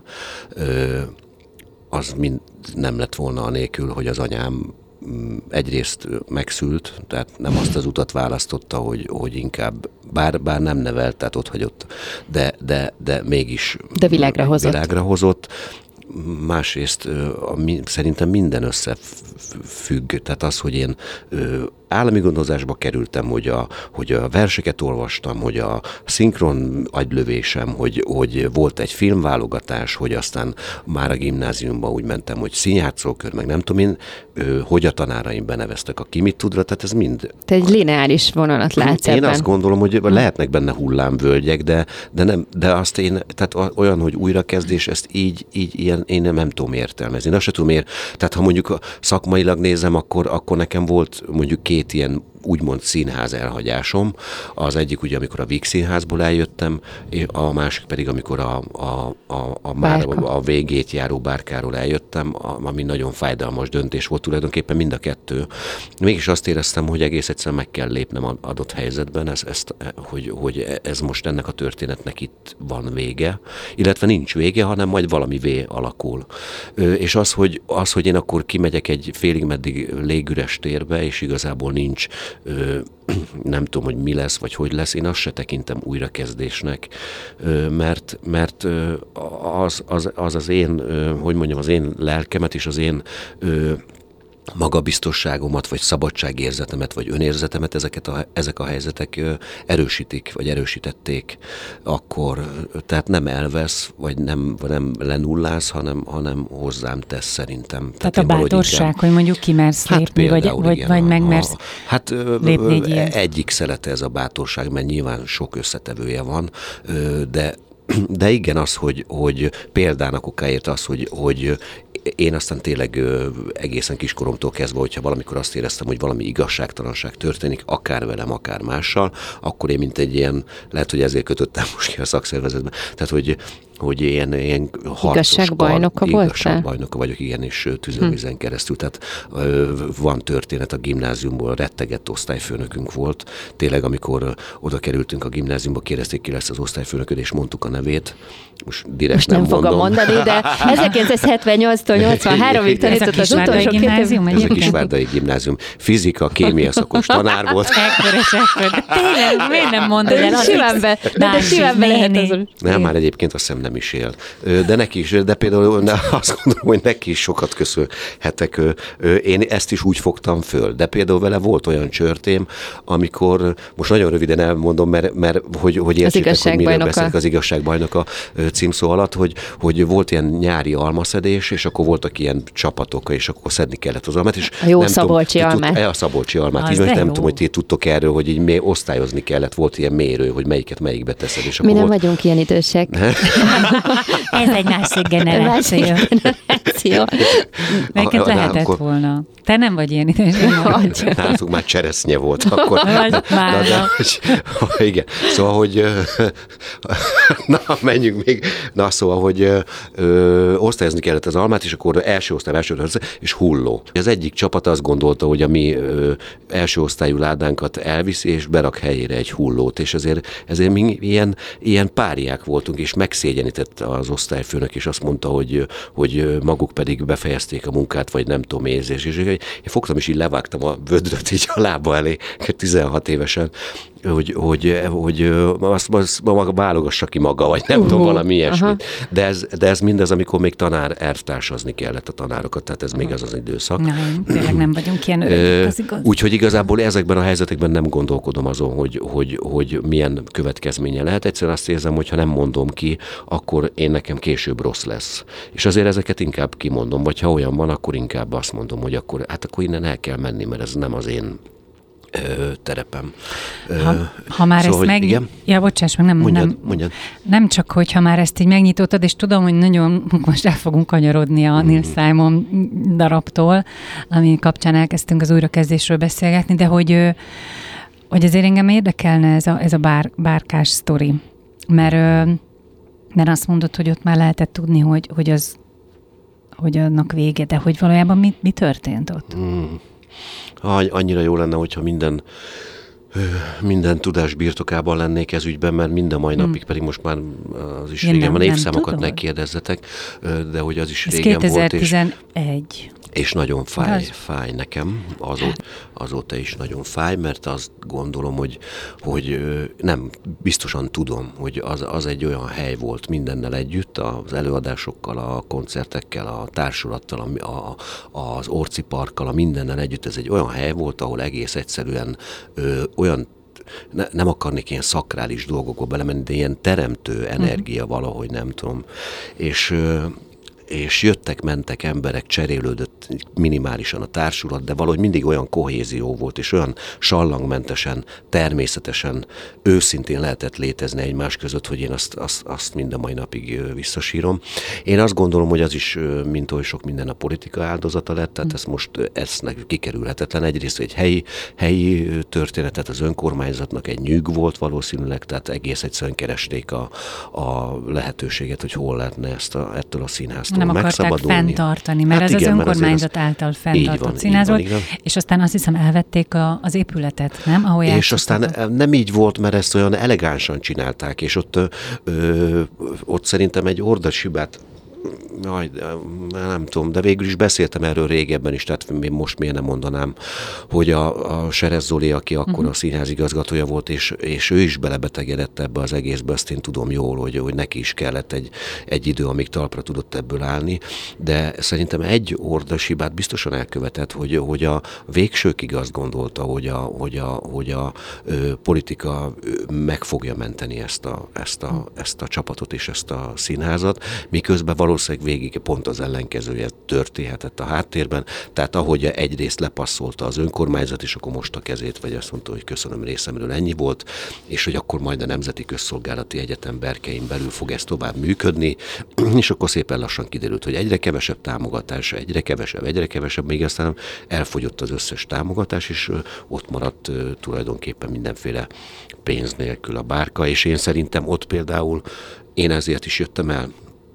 az mind nem lett volna anélkül, hogy az anyám egyrészt megszült, tehát nem azt az utat választotta, hogy, hogy inkább, bár, bár nem nevelt, tehát ott hagyott, de, de, de mégis de világra hozott. világra hozott. Másrészt szerintem minden összefügg, tehát az, hogy én állami gondozásba kerültem, hogy a, hogy a verseket olvastam, hogy a szinkron agylövésem, hogy, hogy volt egy filmválogatás, hogy aztán már a gimnáziumban úgy mentem, hogy színjátszókör, meg nem tudom én, hogy a tanáraim beneveztek a Ki mit tudra, tehát ez mind... Te egy lineáris vonalat látsz Én ebben. azt gondolom, hogy lehetnek benne hullámvölgyek, de, de, nem, de azt én, tehát olyan, hogy újrakezdés, ezt így, így ilyen, én nem, nem tudom értelmezni. Én azt sem tudom ér, tehát ha mondjuk szakmailag nézem, akkor, akkor nekem volt mondjuk két ilyen úgymond színház elhagyásom. Az egyik ugye, amikor a Víg Színházból eljöttem, és a másik pedig, amikor a, a, a, a, már a végét járó Bárkáról eljöttem, ami nagyon fájdalmas döntés volt tulajdonképpen mind a kettő. Mégis azt éreztem, hogy egész egyszerűen meg kell lépnem adott helyzetben, ez, ezt, hogy, hogy ez most ennek a történetnek itt van vége, illetve nincs vége, hanem majd valami vé alakul. És az, hogy, az, hogy én akkor kimegyek egy félig meddig légüres térbe, és igazából nincs, nem tudom, hogy mi lesz, vagy hogy lesz, én azt se tekintem újrakezdésnek, mert, mert az, az, az az én, hogy mondjam, az én lelkemet és az én magabiztosságomat, vagy szabadságérzetemet, vagy önérzetemet ezeket a, ezek a helyzetek erősítik, vagy erősítették akkor. Tehát nem elvesz, vagy nem, nem lenulláz, hanem, hanem hozzám tesz szerintem. Tehát, Tehát a bátorság, inkább, hogy mondjuk kimersz hát lépni, vagy, vagy, vagy megmersz a, hát, lépni egy ilyen. Egyik szelete ez a bátorság, mert nyilván sok összetevője van, de De igen, az, hogy, hogy példának okáért az, hogy, hogy én aztán tényleg egészen kiskoromtól kezdve, hogyha valamikor azt éreztem, hogy valami igazságtalanság történik, akár velem, akár mással, akkor én mint egy ilyen, lehet, hogy ezért kötöttem most ki a szakszervezetbe, tehát, hogy hogy ilyen, ilyen harcos igazságbajnoka voltál? Igazságbajnoka vagyok, igen, és tüzővízen hm. keresztül. Tehát ö, van történet a gimnáziumból, rettegett osztályfőnökünk volt. Tényleg, amikor oda kerültünk a gimnáziumba, kérdezték, ki lesz az osztályfőnököd, és mondtuk a nevét. Most direkt most nem, nem mondom. fogom mondani, de ezerkilencszázhetvennyolctól nyolcvanháromig tanított az utolsó két gimnázium. Ez a Kisvárdai gimnázium. Fizika, kémia szakos tanár volt. Ekkor és ekkor. De tényleg, miért nem mondod el? Simán be, de, de simán be lehet azon. Nem, már egyébként azt hiszem nem is él. De neki is, de például de azt gondolom, hogy neki is sokat köszönhetek. Én ezt is úgy fogtam föl, de például vele volt olyan csörtém, amikor, most nagyon röviden elmondom, mert, mert hogy, hogy értsétek, hogy miről beszélek az igazságbajnoka címszó alatt, hogy, hogy volt ilyen nyári almaszedés, és akkor voltak ilyen csapatok, és akkor szedni kellett az almát. És a jó nem szabolcsi tudom, almát. Tud, a szabolcsi almát. Így, nem jó. Tudom, hogy ti tudtok erről, hogy így mély, osztályozni kellett, volt ilyen mérő, hogy melyiket melyikbe teszed. És mi nem volt... vagyunk ilyen idősek. Ez egy másik generáció. Másik generáció. Neked lehetett akkor... volna. Te nem vagy ilyen idős. Nálunk már cseresznye volt akkor. Már. Igen. Szóval, hogy na, menjünk még. Na, szóval, hogy ö, osztályozni kellett az almát, és akkor első osztály, első osztály, és hulló. Az egyik csapat azt gondolta, hogy a mi ö, első osztályú ládánkat elviszi, és berak helyére egy hullót, és ezért, ezért mi ilyen, ilyen páriák voltunk, és megszégyenített az osztályfőnök, és azt mondta, hogy, hogy maguk pedig befejezték a munkát, vagy nem tudom, érzés. És én fogtam, és így levágtam a vödröt így a lába elé, tizenhat évesen, hogy, hogy, hogy azt, azt maga válogassa ki maga, vagy nem uh, tudom, valami ilyesmit. De ez, de ez mindez, amikor még tanár elvtársazni kellett a tanárokat, tehát ez még az az időszak. Nem, tényleg nem vagyunk ilyen öregek, az igaz. Úgyhogy igazából ezekben a helyzetekben nem gondolkodom azon, hogy, hogy, hogy milyen következménye lehet. Egyszerűen azt érzem, hogy ha nem mondom ki, akkor én nekem később rossz lesz. És azért ezeket inkább kimondom, vagy ha olyan van, akkor inkább azt mondom, hogy akkor, hát akkor innen el kell menni, mert ez nem az én terepem. Ha, ha már szóval, ezt meg... Igen? Ja, bocsáss meg, nem, mondjad, nem, mondjad. nem csak, hogyha már ezt így megnyitottad, és tudom, hogy nagyon most el fogunk kanyarodni a mm. Neil Simon darabtól, ami kapcsán elkezdtünk az újrakezdésről beszélgetni, de hogy, hogy azért engem érdekelne ez a, ez a bár, bárkás sztori, mert, mert azt mondod, hogy ott már lehetett tudni, hogy, hogy az hogy annak vége, de hogy valójában mi, mi történt ott? Mm. Annyira jó lenne, hogyha minden, minden tudás birtokában lennék ez ügyben, mert mind a mai napig, hmm. pedig most már az is régen van, évszámokat ne kérdezzetek, de hogy az is ez régen kétezer-tizenegy. volt. És, és nagyon fáj, fáj nekem, azóta, azóta is nagyon fáj, mert azt gondolom, hogy, hogy nem, biztosan tudom, hogy az, az egy olyan hely volt mindennel együtt, az előadásokkal, a koncertekkel, a társulattal, a, a, az Orci Parkkal, a mindennel együtt, ez egy olyan hely volt, ahol egész egyszerűen ö, olyan Ne, nem akarnék ilyen szakrális dolgokba belemenni, de ilyen teremtő energia valahogy, nem tudom. És és jöttek-mentek emberek, cserélődött minimálisan a társulat, de valahogy mindig olyan kohézió volt, és olyan sallangmentesen, természetesen, őszintén lehetett létezni egymás között, hogy én azt, azt, azt mind a mai napig visszasírom. Én azt gondolom, hogy az is, mint oly sok minden, a politika áldozata lett, tehát ez most ez kikerülhetetlen. Egyrészt egy helyi, helyi történetet, az önkormányzatnak egy nyűg volt valószínűleg, tehát egész egyszerűen keresték a, a lehetőséget, hogy hol lehetne ezt a, ettől a színháztól nem akarták fenntartani, mert hát ez igen, az önkormányzat az által fenntartott színház volt, és aztán azt hiszem elvették a, az épületet, nem? Ahol és aztán nem így volt, mert ezt olyan elegánsan csinálták, és ott, ö, ott szerintem egy ordashibát, Jaj, nem tudom, de végül is beszéltem erről régebben is, tehát most miért nem mondanám, hogy a, a Serez Zoli, aki akkor uh-huh. a színház igazgatója volt, és, és ő is belebetegedett ebbe az egészbe, azt én tudom jól, hogy, hogy neki is kellett egy, egy idő, amíg talpra tudott ebből állni, de szerintem egy ordashibát biztosan elkövetett, hogy, hogy a végsőkig azt gondolta, hogy a, hogy a, hogy a ö, politika meg fogja menteni ezt a, ezt, a, ezt a csapatot és ezt a színházat, miközben valószínűleg végig pont az ellenkezője történhetett a háttérben, tehát ahogy egyrészt lepasszolta az önkormányzat, és akkor most a kezét, vagy azt mondta, hogy köszönöm részemről, ennyi volt, és hogy akkor majd a Nemzeti Közszolgálati Egyetem berkein belül fog ez tovább működni, és akkor szépen lassan kiderült, hogy egyre kevesebb támogatás, egyre kevesebb, egyre kevesebb, még aztán elfogyott az összes támogatás, és ott maradt tulajdonképpen mindenféle pénz nélkül a bárka, és én szerintem ott például én ezért is jöttem el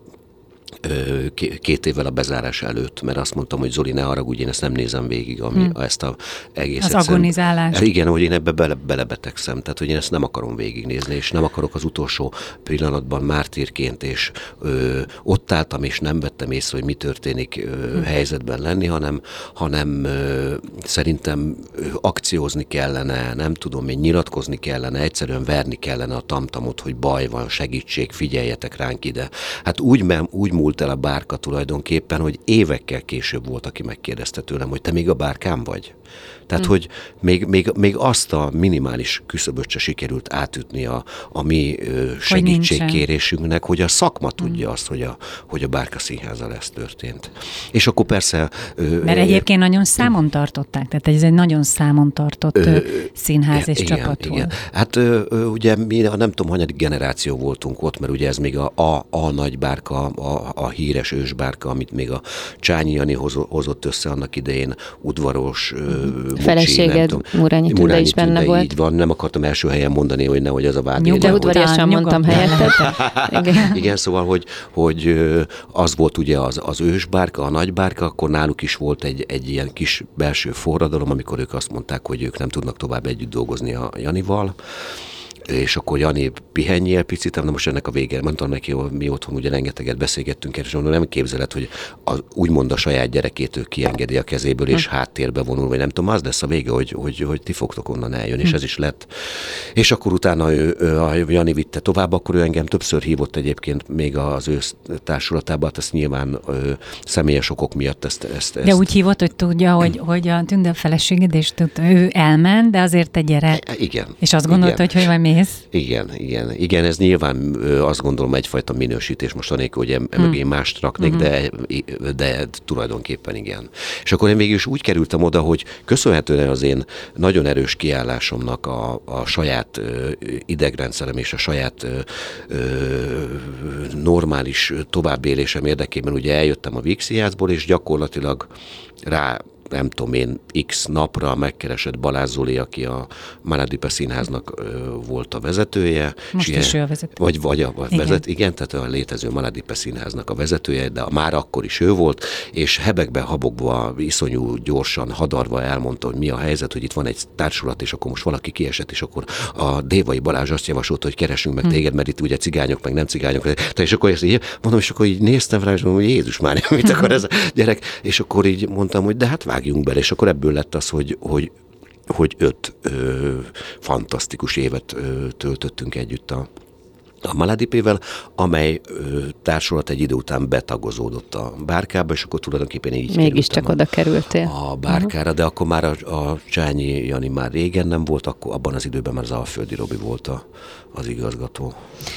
két évvel a bezárás előtt, mert azt mondtam, hogy Zoli, ne haragudj, én ezt nem nézem végig, ami hmm. ezt a egészet. Az agonizálás. Igen, hogy én ebbe bele, belebetegszem, tehát hogy én ezt nem akarom végignézni, és nem akarok az utolsó pillanatban mártírként, és ö, ott álltam, és nem vettem észre, hogy mi történik ö, hmm. helyzetben lenni, hanem, hanem ö, szerintem akciózni kellene, nem tudom, én nyilatkozni kellene, egyszerűen verni kellene a tamtamot, hogy baj van, segítség, figyeljetek ránk ide. Hát úgy, úgy múlt el a bárka tulajdonképpen, hogy évekkel később volt, aki megkérdezte tőlem, hogy te még a bárkám vagy. Tehát, hmm. hogy még, még, még azt a minimális küszöböt se sikerült átütni a, a mi segítségkérésünknek, hogy a szakma tudja hmm. azt, hogy a, hogy a Bárka Színházzal ez történt. És akkor persze... Mert ö, egyébként nagyon számon tartották, tehát ez egy nagyon számon tartott ö, színház és igen, csapat igen. volt. Hát ö, ugye mi nem tudom, hanyadik generáció voltunk ott, mert ugye ez még a, a, a nagy bárka, a, a híres ősbárka, amit még a Csányi Jani hozott össze annak idején, udvaros, Mucsi, feleséged Murányi Tünde is benne volt. Így van, nem akartam első helyen mondani, hogy nehogy az a vád. De udvariasan mondtam helyettet. Igen. Igen, szóval, hogy, hogy az volt ugye az, az ősbárka, a nagybárka, akkor náluk is volt egy, egy ilyen kis belső forradalom, amikor ők azt mondták, hogy ők nem tudnak tovább együtt dolgozni a Janival, és akkor Jani, pihenjél picit, de most ennek a vége, mondtam neki, hogy mi otthon ugye rengeteget beszélgettünk, és mondom, nem képzeled, hogy az, úgymond a saját gyerekét ő kiengedi a kezéből, és hm. háttérbe vonul, vagy nem tudom, az lesz a vége, hogy, hogy, hogy ti fogtok onnan eljönni, hm. és ez is lett. És akkor utána ő, ő, a Jani vitte tovább, akkor ő engem többször hívott egyébként még az ő társulatába, hát ezt nyilván ő, személyes okok miatt ezt, ezt, ezt. De úgy hívott, hogy tudja, hogy, hogy a Tünde feleséged, és tudta, ő elment, de azért te gyere. Igen. És azt gondolta, igen. hogy hogy majd mész. Igen, igen, igen, ez nyilván azt gondolom egyfajta minősítés, most anélkül, hogy hmm. mögé mást raknék, hmm. de, de tulajdonképpen igen. És akkor én végül is úgy kerültem oda, hogy köszönhetően az én nagyon erős kiállásomnak a, a saját ö, idegrendszerem és a saját ö, ö, normális továbbélésem érdekében ugye eljöttem a Víg Színházból, és gyakorlatilag rá nem tudom én, x napra megkeresett Balázs Zoli, aki a Maladipe Színháznak ö, volt a vezetője. Most is ilyen, ő a vezető. Vagy, vagy a igen. vezet, igen, tehát a létező Maladipe Színháznak a vezetője, de már akkor is ő volt, és hebegbe, habogva, iszonyú gyorsan, hadarva elmondta, hogy mi a helyzet, hogy itt van egy társulat, és akkor most valaki kiesett, és akkor a Dévai Balázs azt javasolta, hogy keressünk meg hmm. téged, mert itt ugye cigányok, meg nem cigányok. Tehát és akkor ezt így mondom, és akkor így néztem rá, és mondom, hogy Jézus már, mit akar ez a gyerek? És akkor így mondtam, hogy de hát vágjunk bele, és akkor ebből lett az, hogy, hogy, hogy öt ö, fantasztikus évet ö, töltöttünk együtt a, a Maladipével, amely ö, társulat egy idő után betagozódott a Bárkába, és akkor tulajdonképpen így mégiscsak oda kerültél. A Bárkára, uh-huh. de akkor már a, a Csányi Jani már régen nem volt, akkor abban az időben már az Alföldi Robi volt a, az igazgató.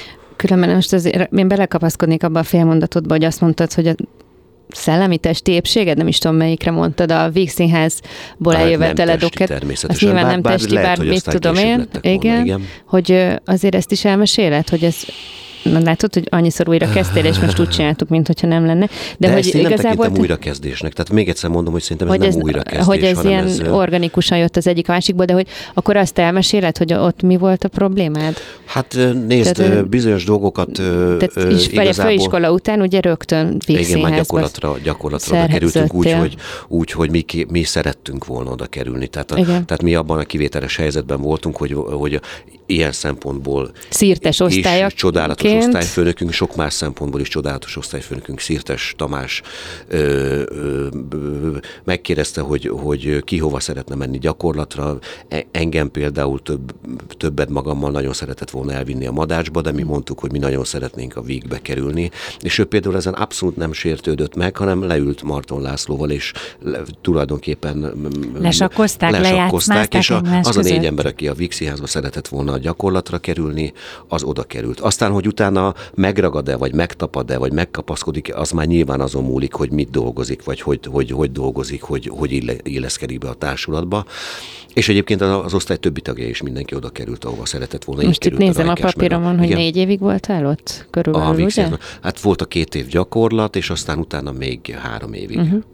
Különben most azért én belekapaszkodnék abba a félmondatodba, hogy azt mondtad, hogy a szellemi testi épséged, nem is tudom melyikre mondtad, a Vígszínházból eljövetele doket. Természetesen. Azt nyilván bár, nem bár testi, lehet, bár mit tudom én. Igen, volna, igen. Hogy azért ezt is elmeséled, hogy ez Na, látod, hogy annyiszor újra kezdtél, és most úgy csináltuk, mint hogyha nem lenne. De, De hogy ezt én igazából nem tekintem újrakezdésnek. Tehát még egyszer mondom, hogy szerintem ez hogy nem ez, újrakezdés. Hogy ez ilyen ez organikusan jött az egyik a másikból, de hogy akkor azt elmeséled, hogy ott mi volt a problémád? Hát nézd, tehát, bizonyos dolgokat tehát is, igazából... főiskola után ugye rögtön Vígszínházba igen, már gyakorlatra, gyakorlatra oda kerültünk úgy, hogy, úgy, hogy mi, mi szerettünk volna oda kerülni. Tehát, a, tehát mi abban a kivételes helyzetben voltunk, hogy, hogy ilyen szempontból Szirtes osztályok. Csodálatos osztályfőnökünk, sok más szempontból is csodálatos osztályfőnökünk, Szirtes Tamás ö, ö, ö, megkérdezte, hogy, hogy ki hova szeretne menni gyakorlatra. Engem például több, többet magammal nagyon szeretett volna elvinni a Madácsba, de mi mondtuk, hogy mi nagyon szeretnénk a Vígbe kerülni. És ő például ezen abszolút nem sértődött meg, hanem leült Marton Lászlóval, és le, tulajdonképpen lesakkozták, lejátszmázták, és a, az a négy ember, aki a Vígszínházba szeretett volna a gyakorlatra kerülni, az oda került. Aztán, hogy utána megragad-e, vagy megtapad-e, vagy megkapaszkodik, az már nyilván azon múlik, hogy mit dolgozik, vagy hogy, hogy, hogy dolgozik, hogy, hogy illeszkedik be a társulatba. És egyébként az osztály többi tagja is mindenki oda került, ahova szeretett volna. Most itt nézem a, a papíromon, hogy igen? négy évig voltál ott körülbelül, ugye? Hát volt a két év gyakorlat, és aztán utána még három évig. Uh-huh.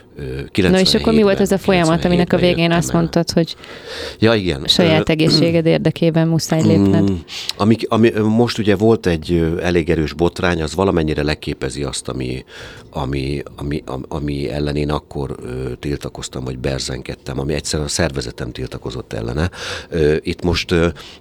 Na és akkor mi volt ez a folyamat, aminek a végén azt mondtad, hogy ja, igen. saját egészséged érdekében muszáj lépned? Ami, ami, most ugye volt egy elég erős botrány, az valamennyire leképezi azt, ami, ami, ami, ami ellen én akkor tiltakoztam, vagy berzenkedtem, ami egyszerűen a szervezetem tiltakozott ellene. Itt most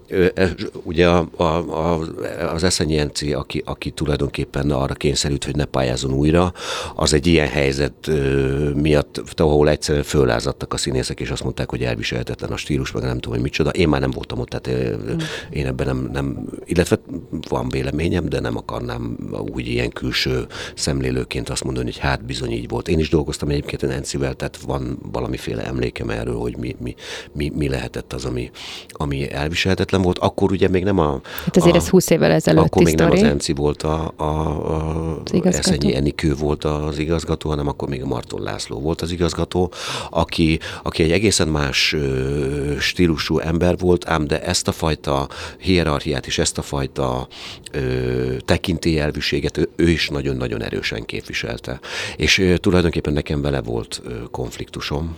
ugye a, a, a, az Eszenyi Enci, aki, aki tulajdonképpen arra kényszerült, hogy ne pályázzon újra, az egy ilyen helyzet miatt, ahol egyszerűen föllázadtak a színészek, és azt mondták, hogy elviselhetetlen a stílus, meg nem tudom, hogy micsoda. Én már nem voltam ott, tehát mm. én ebben nem, nem, illetve van véleményem, de nem akarnám úgy ilyen külső szemlélőként azt mondani, hogy hát bizony így volt. Én is dolgoztam egyébként Encivel, tehát van valamiféle emlékem erről, hogy mi, mi, mi, mi lehetett az, ami, ami elviselhetetlen volt. Akkor ugye még nem a... Hát azért a, ez húsz évvel ezelőtti Akkor még sztori. nem az Enci volt a, a, a Eszenyi Enikő volt az igazgató, hanem akkor még a Marton László volt az igazgató, aki, aki egy egészen más ö, stílusú ember volt, ám de ezt a fajta hierarchiát és ezt a fajta ö, tekintélyelvűséget ő, ő is nagyon-nagyon erősen képviselte. És ö, tulajdonképpen nekem vele volt ö, konfliktusom,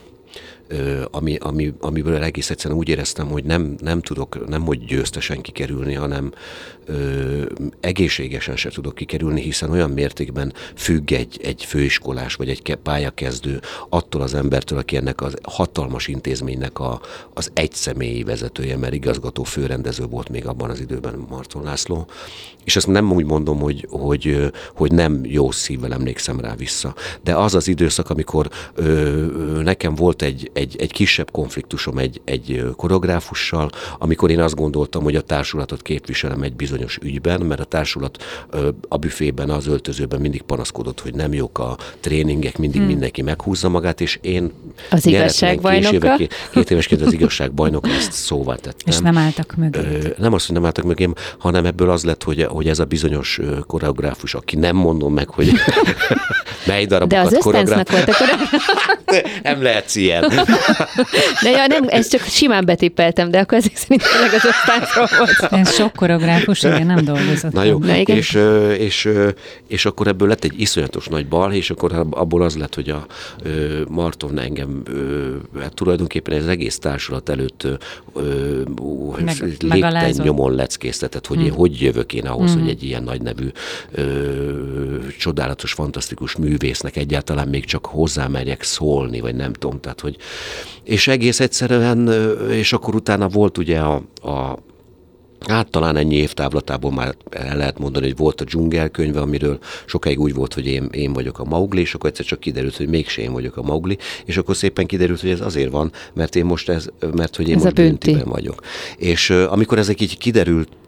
Ami, ami, amiből egész egyszerűen úgy éreztem, hogy nem, nem tudok, nem hogy győztesen kikerülni, hanem ö, egészségesen se tudok kikerülni, hiszen olyan mértékben függ egy, egy főiskolás vagy egy pályakezdő attól az embertől, aki ennek a hatalmas intézménynek a, az egyszemélyi vezetője, mert igazgató főrendező volt még abban az időben Marton László. És ezt nem úgy mondom, hogy, hogy, hogy nem jó szívvel emlékszem rá vissza. De az az időszak, amikor ö, nekem volt egy, egy, egy kisebb konfliktusom egy, egy koreográfussal, amikor én azt gondoltam, hogy a társulatot képviselem egy bizonyos ügyben, mert a társulat ö, a büfében, az öltözőben mindig panaszkodott, hogy nem jók a tréningek, mindig hmm. mindenki meghúzza magát, és én az igazságbajnoka. Két, két évesként az igazságbajnok, ezt szóvá tettem. És nem álltak mögé. Nem azt, hogy nem álltak mögém, hanem ebből az lett, hogy hogy ez a bizonyos koreográfus, aki nem mondom meg, hogy mely darabokat koreográfus. De az Ösztánsznak volt a koreográfus. Nem lehetsz ilyen. De ja, nem, ezt csak simán betippeltem, de akkor ezek szerint tényleg az Ösztánszról volt. Ez sok koreográfus, igen, nem dolgozott. Na jó, és, és, és akkor ebből lett egy iszonyatos nagy balhé, és akkor abból az lett, hogy a Marton engem hát tulajdonképpen az egész társulat előtt lépten nyomon leckésztetett, hogy én hogy jövök én ahhoz, mm. hogy egy ilyen nagy nevű, ö, csodálatos, fantasztikus művésznek egyáltalán még csak hozzámerjek szólni, vagy nem tudom, tehát hogy... És egész egyszerűen, és akkor utána volt ugye a, a hát talán ennyi évtávlatából már el lehet mondani, hogy volt a Dzsungel könyve, amiről sokáig úgy volt, hogy én, én vagyok a Maugli, és akkor egyszer csak kiderült, hogy mégse én vagyok a Maugli, és akkor szépen kiderült, hogy ez azért van, mert én most ez, mert hogy én ez most büntiben vagyok. És uh, amikor ezek így kiderült,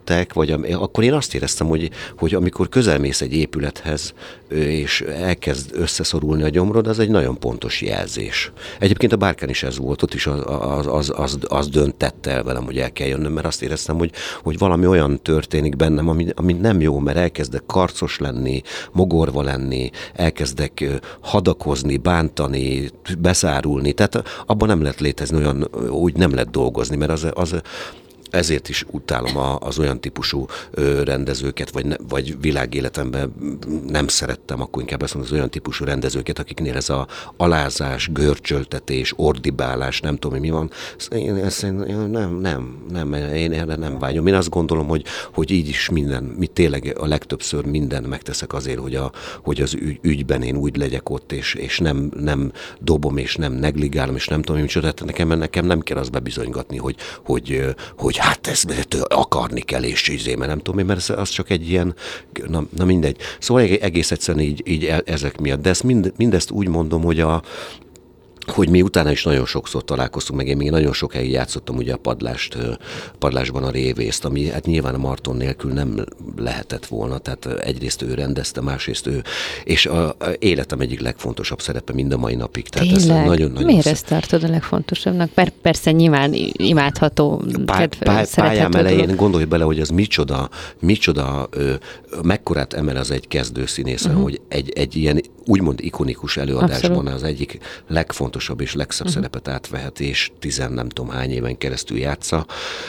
jöttek, vagy am, akkor én azt éreztem, hogy, hogy amikor közelmész egy épülethez, és elkezd összeszorulni a gyomrod, az egy nagyon pontos jelzés. Egyébként a Bárkán is ez volt, ott is az, az, az, az, az döntette el velem, hogy el kell jönnöm, mert azt éreztem, hogy, hogy valami olyan történik bennem, ami, ami nem jó, mert elkezdek karcos lenni, mogorva lenni, elkezdek hadakozni, bántani, beszárulni, tehát abban nem lehet létezni, olyan, úgy nem lehet dolgozni, mert az, az ezért is utálom a, az olyan típusú ö, rendezőket, vagy, ne, vagy világéletemben nem szerettem, akkor inkább azt mondom, az olyan típusú rendezőket, akiknél ez a alázás, görcsöltetés, ordibálás, nem tudom, mi van. Én, ezt, én, nem, nem, nem, én erre nem vágyom. Én azt gondolom, hogy, hogy így is minden, mi tényleg a legtöbbször mindent megteszek azért, hogy, a, hogy az ügy, ügyben én úgy legyek ott, és, és nem, nem dobom, és nem negligálom, és nem tudom, micsoda. Nekem, nekem nem kell azt bebizonygatni, hogy, hogy, hogy hát ezt akarni kell, és izé, mert nem tudom én, mert az csak egy ilyen, na, na mindegy. Szóval egész egyszerűen így, így ezek miatt. De ezt mind, mindezt úgy mondom, hogy a hogy mi utána is nagyon sokszor találkoztunk, meg én még nagyon sokáig játszottam ugye a padlást, padlásban a révészt, ami hát nyilván a Marton nélkül nem lehetett volna, tehát egyrészt ő rendezte, másrészt ő, és a, a életem egyik legfontosabb szerepe mind a mai napig. Tehát tényleg? Ezt nagyon, nagyon Miért ezt tartod a legfontosabbnak? Per, persze nyilván imádható, Pá, pá, pályám elején gondolj bele, hogy ez micsoda, micsoda, ö, mekkorát emel az egy kezdőszínészen, uh-huh. hogy egy, egy ilyen úgymond ikonikus előadásban Abszolút. Az egyik legfontosabb és legszebb uh-huh. szerepet átvehet, és tizen nem tudom hány éven keresztül játsza.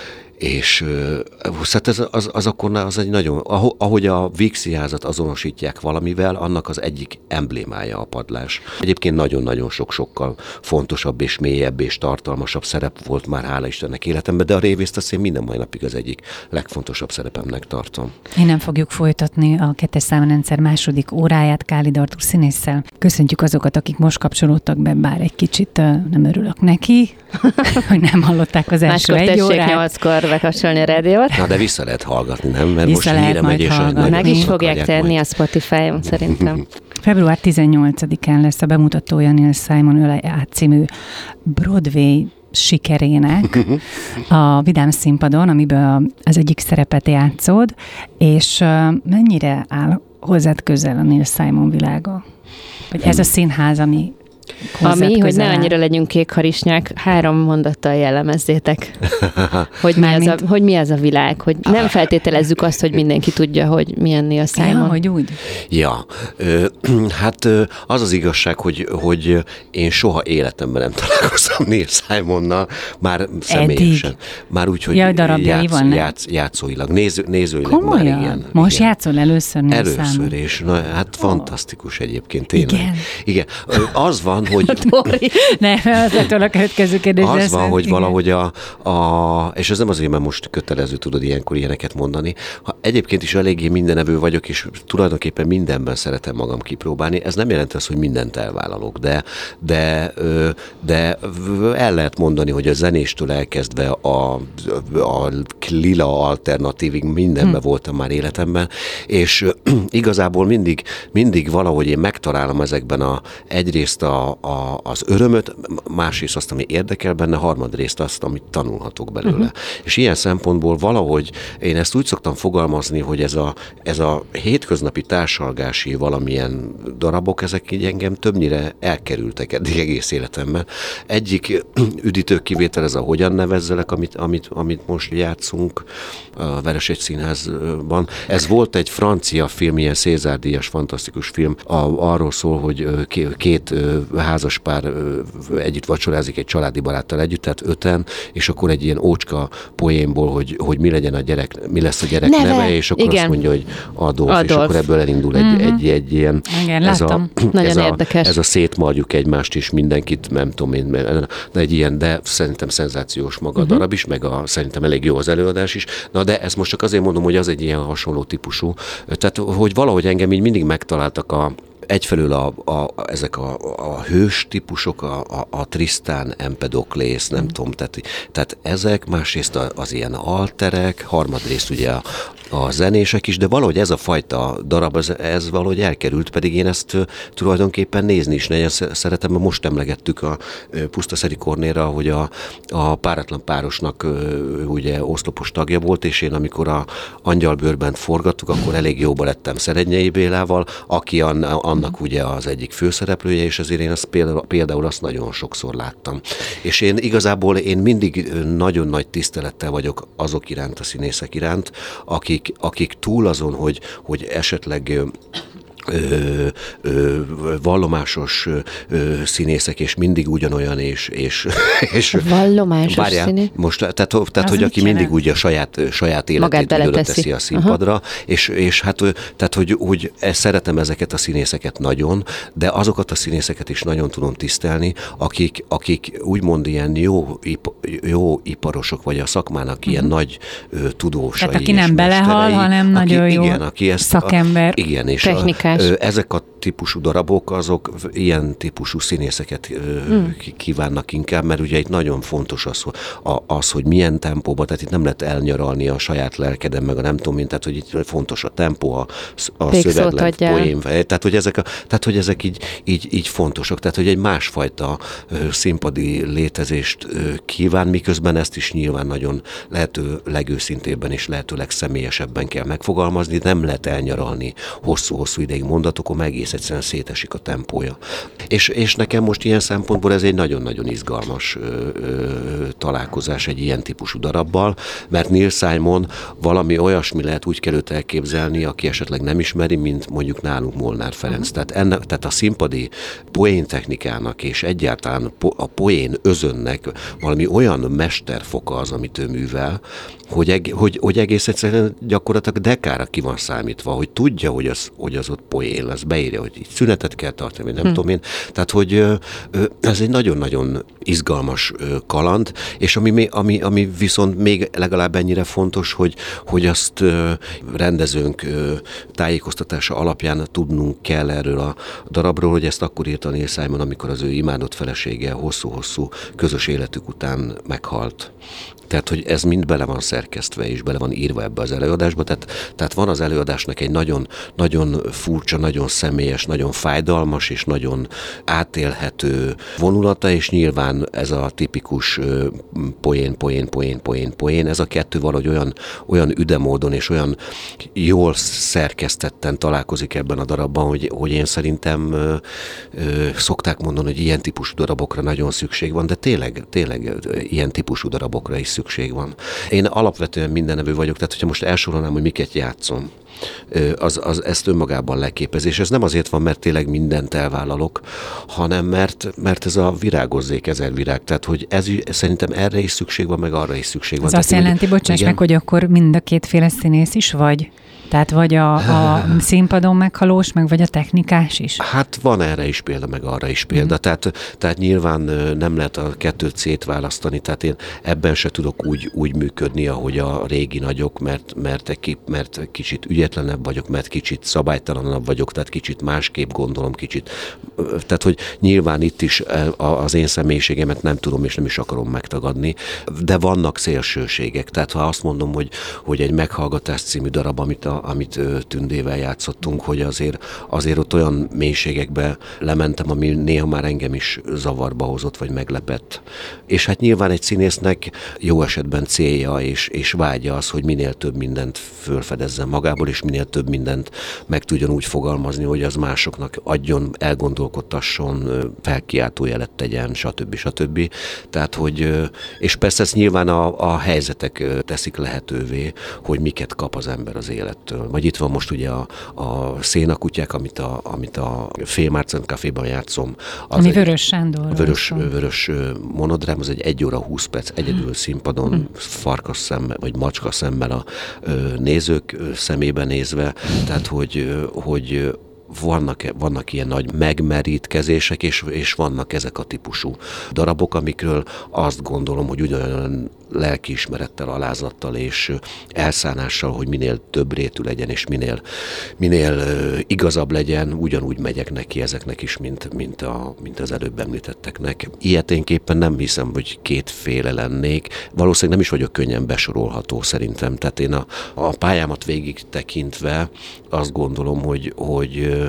És hát ez, az, az akkor az egy nagyon, ahogy a Vígszínházat azonosítják valamivel, annak az egyik emblémája a padlás. Egyébként nagyon-nagyon sok-sokkal fontosabb és mélyebb és tartalmasabb szerep volt már, hála Istennek életemben, de a révészt azt én minden mai napig az egyik legfontosabb szerepemnek tartom. Innen fogjuk folytatni a kettes számrendszer második óráját Kálid Artúr színésszel. Köszöntjük azokat, akik most kapcsolódtak be, bár egy kicsit nem örülök neki, hogy nem hallották az első Máskor egy órát. nyolckor bekapcsolni a rádiót. Na, de vissza lehet hallgatni, nem? Mert Vissza most híre megy, és meg is fogják tenni majd a Spotify-on szerintem. február tizennyolcadikán lesz a bemutatója Neil Simon Öle átcímű Broadway sikerének a Vidám színpadon, amiből az egyik szerepet játszod, és mennyire áll hozzád közel a Neil Simon világa? Vagy ez a színház, ami Ami, hogy ne annyira legyünk kékharisnyák, három mondattal jellemezzétek, hogy mi, az a, hogy mi az a világ, hogy nem feltételezzük azt, hogy mindenki tudja, hogy milyen Neil Simon. Ja, hogy úgy? Ja, ö, hát az az igazság, hogy, hogy én soha életemben nem találkoztam Neil Simonnal, már személyesen. Eddig. Már úgy, hogy ja, játsz, játsz, játszóilag, néző, nézőileg Komolyan? már igen. Most igen. játszol először Neil Először, Simon. és na, hát oh. fantasztikus egyébként tényleg. Igen. Igen. Az van, hogy... Nem, az ettől a következő kérdés. Az lesz, van, hogy igen. valahogy a, a... És ez nem azért, mert most kötelező tudod ilyenkor ilyeneket mondani. Ha egyébként is eléggé mindenevő vagyok, és tulajdonképpen mindenben szeretem magam kipróbálni, ez nem jelenti azt, hogy mindent elvállalok, de, de, de el lehet mondani, hogy a zenéstől elkezdve a, a lila alternatívig mindenben hmm. voltam már életemben, és igazából mindig, mindig valahogy én megtalálom ezekben a, egyrészt a, a, az örömöt, másrészt azt, ami érdekel benne, harmadrészt azt, amit tanulhatok belőle. Uh-huh. És ilyen szempontból valahogy én ezt úgy szoktam fogalmazni, hogy ez a, ez a hétköznapi társalgási valamilyen darabok, ezek így engem többnyire elkerültek eddig egész életemben. Egyik üdítő kivétel ez a Hogyan nevezzelek, amit, amit, amit most játszunk a Veresegy Színházban. Ez volt egy francia film, ilyen César-díjas fantasztikus film, a, arról szól, hogy két házas pár együtt vacsorázik egy családi baráttal együtt, tehát öten, és akkor egy ilyen ócska poénból, hogy, hogy mi legyen a gyerek, mi lesz a gyerek neve, neve és akkor igen. azt mondja, hogy Adolf, Adolf, és akkor ebből elindul egy, mm-hmm. egy, egy ilyen... Igen, ez láttam. A, Nagyon ez érdekes. A, ez a szétmarjuk egymást is, mindenkit, nem tudom én, de egy ilyen, de szerintem szenzációs maga mm-hmm. a darab is, meg a, szerintem elég jó az előadás is. Na de ezt most csak azért mondom, hogy az egy ilyen hasonló típusú. Tehát, hogy valahogy engem így mindig megtaláltak a egyfelől a, a, ezek a, a hős típusok, a, a, a Tristan, Empedoklész, nem mm. tudom, tehát, tehát ezek, másrészt az ilyen alterek, harmadrészt ugye a, a zenések is, de valahogy ez a fajta darab, ez, ez valahogy elkerült, pedig én ezt uh, tulajdonképpen nézni is nagyon szeretem, mert most emlegettük a uh, Pusztaszeri Kornéra, hogy a, a Páratlan párosnak uh, ugye oszlopos tagja volt, és én amikor a Angyalbőrben forgattuk, akkor elég jóba lettem Szerednyei Bélával, aki an, annak ugye az egyik főszereplője, és ezért én azt például, például azt nagyon sokszor láttam. És én igazából én mindig nagyon nagy tisztelettel vagyok azok iránt, a színészek iránt, akik akik túl azon, hogy, hogy esetleg Ö, ö, vallomásos ö, színészek, és mindig ugyanolyan, és... és, és vallomásos várjál, színész? Most, tehát, tehát hogy aki mindig úgy a saját, saját életét oda teszi a színpadra, Aha. és, és hát, tehát, hogy, hogy szeretem ezeket a színészeket nagyon, de azokat a színészeket is nagyon tudom tisztelni, akik, akik úgymond ilyen jó, jó iparosok, vagy a szakmának uh-huh. ilyen nagy ö, tudósai. Tehát aki nem belehal, hanem aki, nagyon jó igen, aki ezt szakember, a, igen, és technikás. A, ezek a típusú darabok, azok ilyen típusú színészeket hmm. kívánnak inkább, mert ugye itt nagyon fontos az, az, hogy milyen tempóban, tehát itt nem lehet elnyaralni a saját lelkeden, meg a nem tudom mint, tehát hogy itt fontos a tempó, a, a szöveglet, poén, tehát hogy ezek, a, tehát, hogy ezek így, így, így fontosak, tehát hogy egy másfajta színpadi létezést kíván, miközben ezt is nyilván nagyon lehető legőszintébben és lehető legszemélyesebben kell megfogalmazni, nem lehet elnyaralni hosszú-hosszú ideig mondatokon, meg egész egyszerűen szétesik a tempója. És, és nekem most ilyen szempontból ez egy nagyon-nagyon izgalmas ö, ö, találkozás egy ilyen típusú darabbal, mert Neil Simon valami olyasmi lehet, úgy kell őt elképzelni, aki esetleg nem ismeri, mint mondjuk nálunk Molnár Ferenc. Tehát, ennek, tehát a színpadi poén technikának és egyáltalán a poén özönnek valami olyan mesterfoka az, amit ő művel, hogy, eg, hogy, hogy egész egyszerűen gyakorlatilag dekára ki van számítva, hogy tudja, hogy az, hogy az ott poén lesz, beírja, hogy itt szünetet kell tartani, nem hm. tudom én. Tehát, hogy ez egy nagyon-nagyon izgalmas kaland, és ami, ami, ami viszont még legalább ennyire fontos, hogy, hogy azt rendezőnk tájékoztatása alapján tudnunk kell erről a darabról, hogy ezt akkor írta Neil Simon, amikor az ő imádott felesége hosszú-hosszú közös életük után meghalt. Tehát, hogy ez mind bele van szerkesztve, és bele van írva ebbe az előadásba. Tehát, tehát van az előadásnak egy nagyon, nagyon furcsa, nagyon személyes, nagyon fájdalmas, és nagyon átélhető vonulata, és nyilván ez a tipikus poén, poén, poén, poén, poén, ez a kettő valahogy olyan, olyan üdemódon, és olyan jól szerkesztetten találkozik ebben a darabban, hogy, hogy én szerintem ö, ö, szokták mondani, hogy ilyen típusú darabokra nagyon szükség van, de tényleg, tényleg ilyen típusú darabokra is szükség van. Én alapvetően mindenevő vagyok, tehát hogyha most elsorolnám, hogy miket játszom, az, az ezt önmagában leképez. És ez nem azért van, mert tényleg mindent elvállalok, hanem mert, mert ez a virágozzék ezer virág. Tehát, hogy ez, szerintem erre is szükség van, meg arra is szükség van. Ez azt jelenti, bocsáss meg, hogy akkor mind a kétféle színész is vagy? Tehát vagy a, a színpadon meghalós, meg vagy a technikás is? Hát van erre is példa, meg arra is példa. Mm. Tehát, tehát nyilván nem lehet a kettőt szétválasztani, tehát én ebben se tudok úgy, úgy működni, ahogy a régi nagyok, mert, mert, egy, mert kicsit ügyetlenebb vagyok, mert kicsit szabálytalanabb vagyok, tehát kicsit másképp gondolom, kicsit. Tehát, hogy nyilván itt is az én személyiségemet nem tudom és nem is akarom megtagadni, de vannak szélsőségek. Tehát ha azt mondom, hogy, hogy egy Meghallgatás című darab, amit a amit Tündével játszottunk, hogy azért, azért ott olyan mélységekbe lementem, ami néha már engem is zavarba hozott, vagy meglepett. És hát nyilván egy színésznek jó esetben célja és, és vágya az, hogy minél több mindent fölfedezzen magából, és minél több mindent meg tudjon úgy fogalmazni, hogy az másoknak adjon, elgondolkodtasson, felkiáltójelet tegyen, stb. stb. Tehát, hogy, és persze ez nyilván a, a helyzetek teszik lehetővé, hogy miket kap az ember az élet. Vagy itt van most ugye a, a Szénakutyák, amit a, amit a Félmárcent Caféban játszom. Az ami Vörös Sándor. Vörös, vörös monodrám, az egy egy óra húsz perc egyedül színpadon, hmm. farkas szemmel, vagy macska szemmel a nézők szemébe nézve. Tehát, hogy, hogy Vannak, vannak ilyen nagy megmerítkezések, és, és vannak ezek a típusú darabok, amikről azt gondolom, hogy ugyanolyan lelkiismerettel, alázattal és elszánással, hogy minél több rétű legyen, és minél, minél igazabb legyen, ugyanúgy megyek neki ezeknek is, mint, mint, a, mint az előbb említetteknek. Ilyeténképpen nem hiszem, hogy kétféle lennék. Valószínűleg nem is vagyok könnyen besorolható szerintem. Tehát én a, a pályámat végig tekintve azt gondolom, hogy, hogy ö,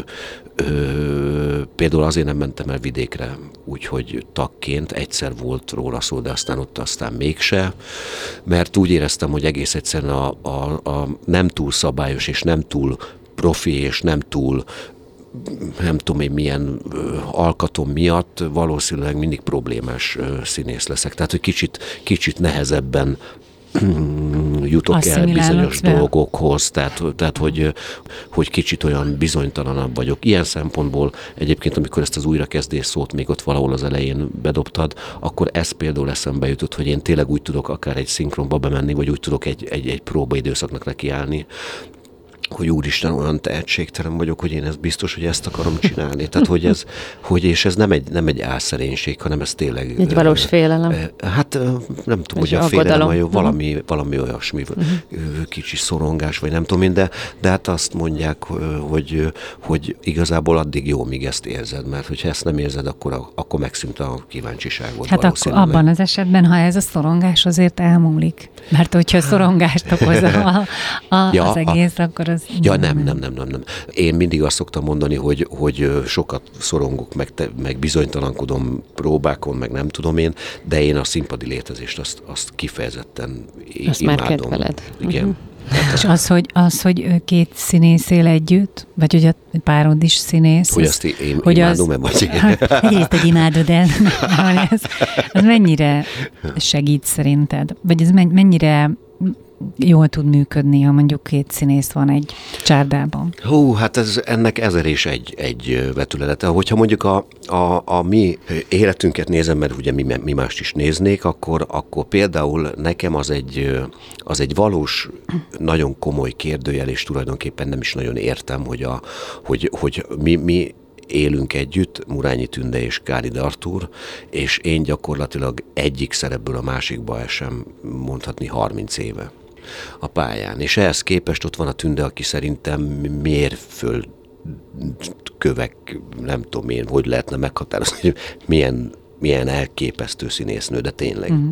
ö, például azért nem mentem el vidékre, úgyhogy tagként, egyszer volt róla szó, de aztán ott aztán mégse, mert úgy éreztem, hogy egész egyszerűen a, a, a nem túl szabályos és nem túl profi és nem túl nem tudom én milyen ö, alkatom miatt valószínűleg mindig problémás ö, színész leszek. Tehát, hogy kicsit, kicsit nehezebben jutok el bizonyos be. dolgokhoz, tehát, tehát hogy, hogy kicsit olyan bizonytalanabb vagyok. Ilyen szempontból egyébként, amikor ezt az újrakezdés szót még ott valahol az elején bedobtad, akkor ez például eszembe jutott, hogy én tényleg úgy tudok akár egy szinkronba bemenni, vagy úgy tudok egy, egy, egy próbaidőszaknak nekiállni, hogy úristen, olyan tehetségtelen vagyok, hogy én ez biztos, hogy ezt akarom csinálni. Tehát, hogy ez, hogy és ez nem egy, nem egy álszerénység, hanem ez tényleg... Egy valós félelem. Hát nem tudom, hogy a félelem, vagy valami, valami olyasmi, uh-huh. kicsi szorongás, vagy nem tudom én, de, de hát azt mondják, hogy, hogy igazából addig jó, míg ezt érzed, mert hogyha ezt nem érzed, akkor, akkor megszűnt a kíváncsiságod. Hát akkor abban az esetben, ha ez a szorongás azért elmúlik. Mert hogyha szorongást okoz a, a, ja, az egész, a, akkor az... Ja, nem, nem, nem, nem, nem. Én mindig azt szoktam mondani, hogy, hogy sokat szorongok, meg, te, meg bizonytalankodom próbákon, meg nem tudom én, de én a színpadi létezést azt, azt kifejezetten azt imádom. Azt már kedveled. Igen. Uh-huh. És az hogy, az, hogy két színész él együtt, vagy hogy a párod is színész. Hogy az, azt én hogy imádom-e, az, vagy? Egyrészt, hogy imádod el. az, az mennyire segít szerinted? Vagy ez mennyire jól tud működni, ha mondjuk két színész van egy csárdában? Hú, hát ez, ennek ezer és egy, egy vetülete. Hogyha mondjuk a, a, a mi életünket nézem, mert ugye mi, mi mást is néznék, akkor, akkor például nekem az egy, az egy valós, nagyon komoly kérdőjel, és tulajdonképpen nem is nagyon értem, hogy, a, hogy, hogy mi, mi élünk együtt, Murányi Tünde és Kálid Artúr, és én gyakorlatilag egyik szerepből a másikba esem mondhatni harminc éve a pályán. És ehhez képest ott van a Tünde, aki szerintem mérföld kövek, nem tudom én, hogy lehetne meghatározni, hogy milyen, milyen elképesztő színésznő, de tényleg. Uh-huh.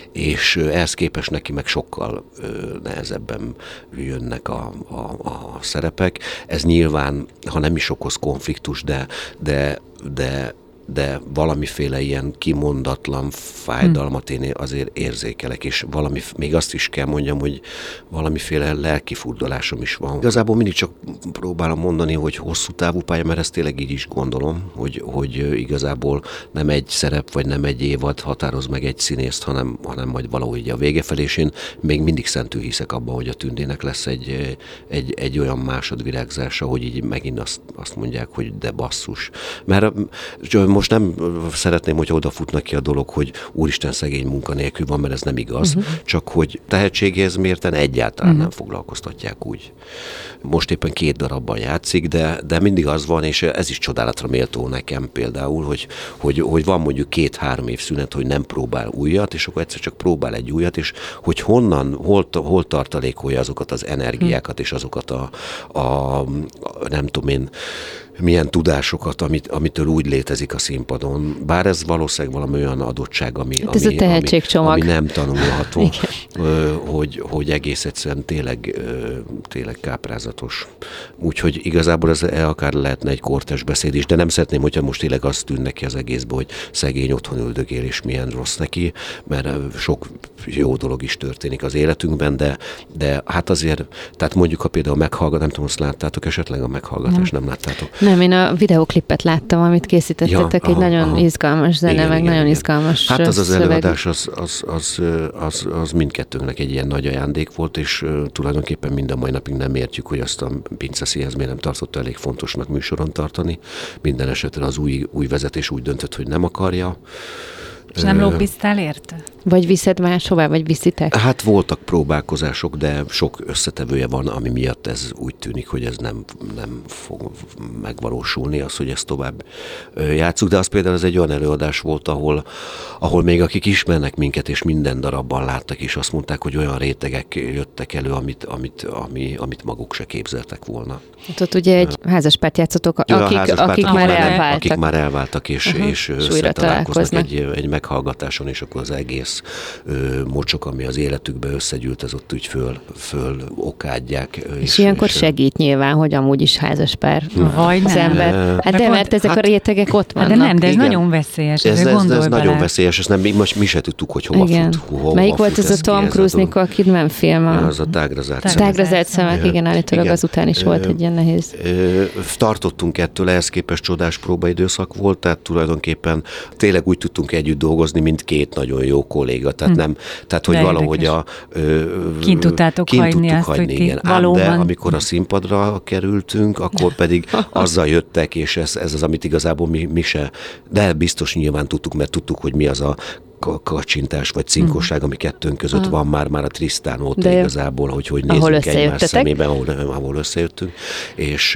És ehhez képest neki meg sokkal ö, nehezebben jönnek a, a, a szerepek. Ez nyilván, ha nem is okoz konfliktus, de, de, de de valamiféle ilyen kimondatlan fájdalmat én azért érzékelek, és valami, még azt is kell mondjam, hogy valamiféle lelki furdalásom is van. Igazából mindig csak próbálom mondani, hogy hosszú távú pálya, mert ezt tényleg így is gondolom, hogy, hogy igazából nem egy szerep, vagy nem egy évad határoz meg egy színészt, hanem, hanem majd valahogy a vége felé, és én még mindig szentül hiszek abban, hogy a Tündének lesz egy, egy, egy olyan másodvirágzása, hogy így megint azt, azt mondják, hogy de basszus. Mert most nem szeretném, hogy odafutnak ki a dolog, hogy úristen szegény munkanélkül van, mert ez nem igaz, uh-huh. csak hogy tehetségéhez mérten egyáltalán uh-huh. nem foglalkoztatják úgy. Most éppen két darabban játszik, de, de mindig az van, és ez is csodálatra méltó nekem például, hogy, hogy, hogy van mondjuk két-három év szünet, hogy nem próbál újat, és akkor egyszer csak próbál egy újat, és hogy honnan, hol, hol tartalékolja azokat az energiákat, uh-huh. és azokat a, a, a nem tudom én, milyen tudásokat, amit, amitől úgy létezik a színpadon. Bár ez valószínűleg valami olyan adottság, ami, hát ez ami, a tehetségcsomag. Ami, ami nem tanulható, hogy, hogy egész egyszerűen tényleg, tényleg káprázatos. Úgyhogy igazából ez akár lehetne egy kortárs beszéd is, de nem szeretném, hogyha most tényleg azt tűn neki az egészbe, hogy szegény otthon üldögél, és milyen rossz neki, mert sok jó dolog is történik az életünkben, de, de hát azért, tehát mondjuk, ha például meghallgat, nem tudom, azt láttátok esetleg a meghallgatást, nem, nem láttátok? Nem, én a videóklipet láttam, amit készítettetek, ja, egy aha, nagyon aha. izgalmas zene, igen, meg igen, nagyon igen. izgalmas hát az az szöveg. Előadás, az, az, az, az, az mindkettőnknek egy ilyen nagy ajándék volt, és uh, tulajdonképpen mind a mai napig nem értjük, hogy azt a Pince Színház miért nem tartotta elég fontosnak műsoron tartani. Minden esetre az új, új vezetés úgy döntött, hogy nem akarja. És nem lobbiztál érte? Vagy viszed máshová, vagy viszitek? Hát voltak próbálkozások, de sok összetevője van, ami miatt ez úgy tűnik, hogy ez nem, nem fog megvalósulni, az, hogy ezt tovább játsszuk. De az például ez egy olyan előadás volt, ahol, ahol még akik ismernek minket, és minden darabban láttak, és azt mondták, hogy olyan rétegek jöttek elő, amit, amit, ami, amit maguk se képzeltek volna. Hát ott ugye egy házaspárt játszotok, akik, ja, házaspárt, akik már elváltak. Akik már elváltak, és, uh-huh. és összetalálkoznak egy, egy meghallgatáson, és akkor az egész ö, mocsok, ami az életükbe összegyűlt, ez ott úgy föl, föl okádják. És, és ilyenkor és, segít nyilván, hogy amúgy is házaspár vagy az nem. ember. Hát de, mert ezek hát, a rétegek ott vannak. De nem, de ez igen. nagyon veszélyes. Ez, ez, ez nagyon bele. veszélyes, ezt nem, mi, mi se tudtuk, hogy hova igen. fut. Hova Melyik fut volt ez a Tom Cruise, Nicole Kidman film? Az a Tágra zárt szemek. Tágra zárt szemek, igen, állítólag azután is volt egy ilyen nehéz. Tartottunk ettől, ehhez képest csodás próbaidőszak volt, tehát tulajdonképpen tényleg úgy tudtunk együtt dolgozni, mint két nagyon jó kolléga, tehát nem, tehát hogy de valahogy érdekes. a... Ö, kint tudtátok kint hagyni tudtuk azt, hagyni, hogy igen. ki valóban... Ám de amikor a színpadra kerültünk, akkor pedig azzal jöttek, és ez, ez az, amit igazából mi, mi se, de biztos nyilván tudtuk, mert tudtuk, hogy mi az a kacsintás vagy cinkosság, ami kettőnk között uh-huh. van már, már a Trisztán óta de igazából, hogy hogy nézzünk egymás szemébe, ahol, ahol összejöttünk, és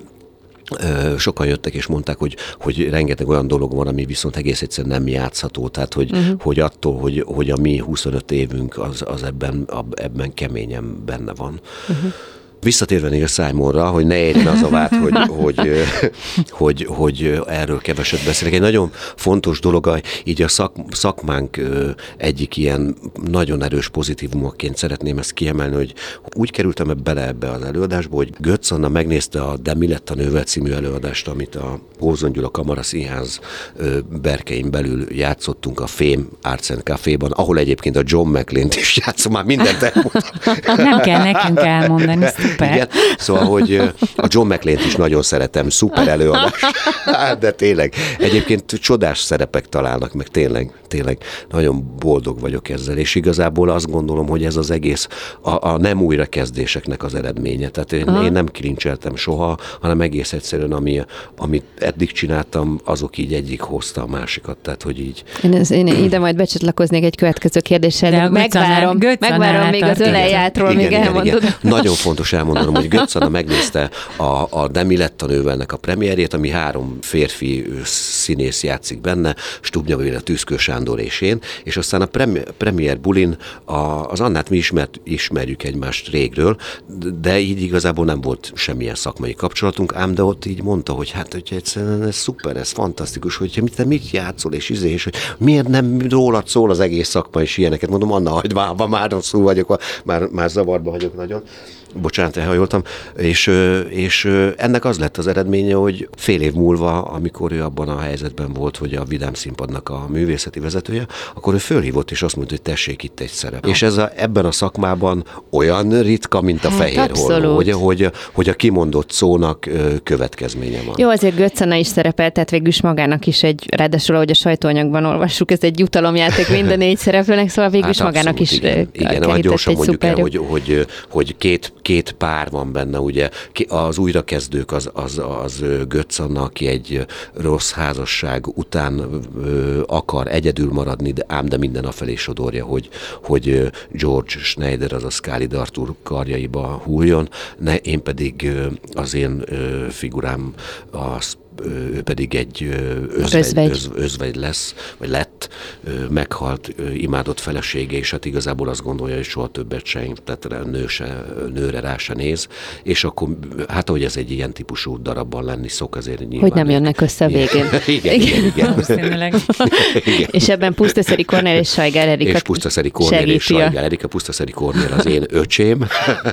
sokan jöttek és mondták, hogy, hogy rengeteg olyan dolog van, ami viszont egész egyszerűen nem játszható, tehát hogy, uh-huh. hogy attól, hogy, hogy a mi huszonöt évünk az, az ebben, ebben keményen benne van. Uh-huh. Visszatérve Neil Simonra, hogy ne érjen az a vád, hogy, hogy, hogy, hogy erről keveset beszélek. Egy nagyon fontos dolog, így a szak, szakmánk egyik ilyen nagyon erős pozitívumaként szeretném ezt kiemelni, hogy úgy kerültem bele ebbe az előadásba, hogy Götz Anna megnézte a De mi lett a nővel című előadást, amit a Ózon Gyula Kamara Színház berkein belül játszottunk a Fame Arts and Caféban, ahol egyébként a John McClane-t is játszom, már mindent elmondtam. Nem kell nekünk elmondani. Igen. Szóval, hogy a John McClane-t is nagyon szeretem, szuper előadás. De tényleg, egyébként csodás szerepek találnak meg, tényleg, tényleg nagyon boldog vagyok ezzel, és igazából azt gondolom, hogy ez az egész a, a nem újrakezdéseknek az eredménye. Tehát én, én nem kilincseltem soha, hanem egész egyszerűen, ami, amit eddig csináltam, azok így egyik hozta a másikat, tehát hogy így. Én, ez, én ide majd becsatlakoznék egy következő kérdéssel, de megvárom, megvárom még az ölejátról, még igen, elmondod. Igen. Nagyon fontos elmondanom, hogy Götz Anna megnézte a, a De mi lett a nővelnek a premierjét, ami három férfi színész játszik benne, Stubnya Béla, Tűzkő Sándor és én, és aztán a premier, premier bulin a, az Annát mi ismert, ismerjük egymást régről, de így igazából nem volt semmilyen szakmai kapcsolatunk, ám de ott így mondta, hogy hát, hogy egyszerűen ez szuper, ez fantasztikus, hogy te mit játszol, és izé, és hogy miért nem rólad szól az egész szakma, és ilyeneket mondom, Anna, hagyd már, már rosszul vagyok, már, már zavarba vagyok nagyon. Bocsánat, elhajoltam, és, és ennek az lett az eredménye, hogy fél év múlva, amikor ő abban a helyzetben volt, hogy a Vidám Színpadnak a művészeti vezetője, akkor ő fölhívott, és azt mondta, hogy tessék itt egy szerep. És ez a, ebben a szakmában olyan ritka, mint a hát fehér holló, hogy, hogy, hogy a kimondott szónak következménye van. Jó, azért Götz Anna is szerepel, tehát végül is magának is egy, ráadásul, ahogy a sajtóanyagban olvassuk, ez egy jutalomjáték minden négy szereplőnek, szóval végül is hát magának is igen, igen, gyorsan mondjuk el, hogy, hogy, hogy két két pár van benne, ugye az újrakezdők az, az, az Götz Anna, aki egy rossz házasság után ö, akar egyedül maradni, de ám de minden afelé sodorja, hogy, hogy George Schneider, azaz Khalid Arthur karjaiba hulljon, ne, én pedig az én ö, figurám az ő pedig egy özvegy, öz, özvegy lesz, vagy lett, meghalt, imádott felesége, és hát igazából azt gondolja, hogy soha többet sem, tehát nő se, nőre rá se néz, és akkor, hát ahogy ez egy ilyen típusú darabban lenni szok, azért nyilván. Hogy nem jönnek össze a végén. igen, igen, igen. igen. igen. És ebben Pusztaszeri Kornél és Sajgár Erika És Pusztaszeri Kornél és Sajgár Erika, Pusztaszeri Kornél az én öcsém,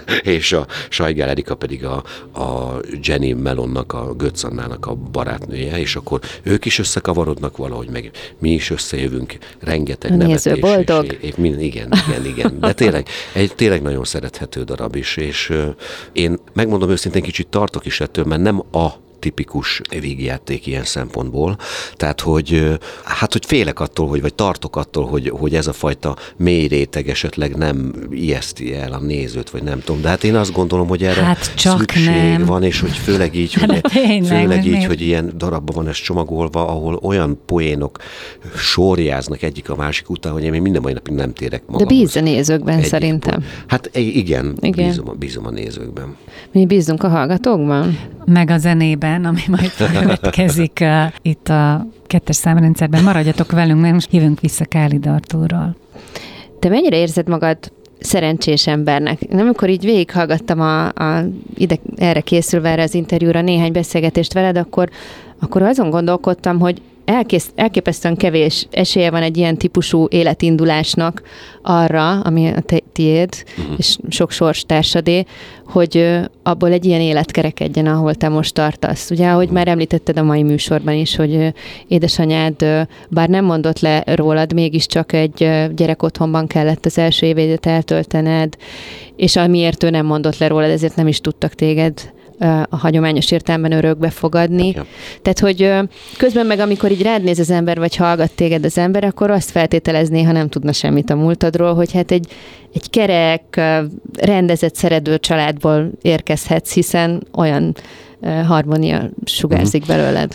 és a Sajgár Erika pedig a, a Jenny Melonnak, a Götz Annának a barátnője, és akkor ők is összekavarodnak valahogy, meg mi is összejövünk, rengeteg nevetés. boldog. És, és, igen, igen, igen. De tényleg, egy tényleg nagyon szerethető darab is, és uh, én megmondom őszintén, kicsit tartok is ettől, mert nem a tipikus vígjáték ilyen szempontból. Tehát, hogy hát, hogy félek attól, hogy, vagy tartok attól, hogy, hogy ez a fajta mély réteg esetleg nem ijeszti el a nézőt, vagy nem tudom. De hát én azt gondolom, hogy erre hát szükség nem. van, és hogy főleg így, hogy, tényleg, főleg így, miért? hogy ilyen darabban van ez csomagolva, ahol olyan poénok sorjáznak egyik a másik után, hogy én még minden mai napig nem térek magamhoz. De bíz a nézőkben egyik szerintem. Pont. Hát igen, igen. Bízom, bízom a nézőkben. Mi bízunk a hallgatókban? Meg a zenében, ami majd következik uh, itt a kettes számrendszerben. Maradjatok velünk, mert most jövünk vissza Kálid Artúrral. Te mennyire érzed magad szerencsés embernek? Nem, amikor így végighallgattam a, a ide, erre készülve erre az interjúra néhány beszélgetést veled, akkor, akkor azon gondolkodtam, hogy elkész, elképesztően kevés esélye van egy ilyen típusú életindulásnak arra, ami a te, tiéd, uh-huh. és sok sorstársadé, hogy abból egy ilyen élet kerekedjen, ahol te most tartasz. Ugye, ahogy már említetted a mai műsorban is, hogy édesanyád bár nem mondott le rólad, mégiscsak egy gyerekotthonban kellett az első évédet eltöltened, és amiért ő nem mondott le rólad, ezért nem is tudtak téged a hagyományos értelemben örökbe fogadni. Ja. Tehát, hogy közben meg amikor így rád néz az ember, vagy hallgat téged az ember, akkor azt feltételezné, ha nem tudna semmit a múltadról, hogy hát egy, egy kerek, rendezett, szerető családból érkezhetsz, hiszen olyan harmónia sugárzik uh-huh. belőled.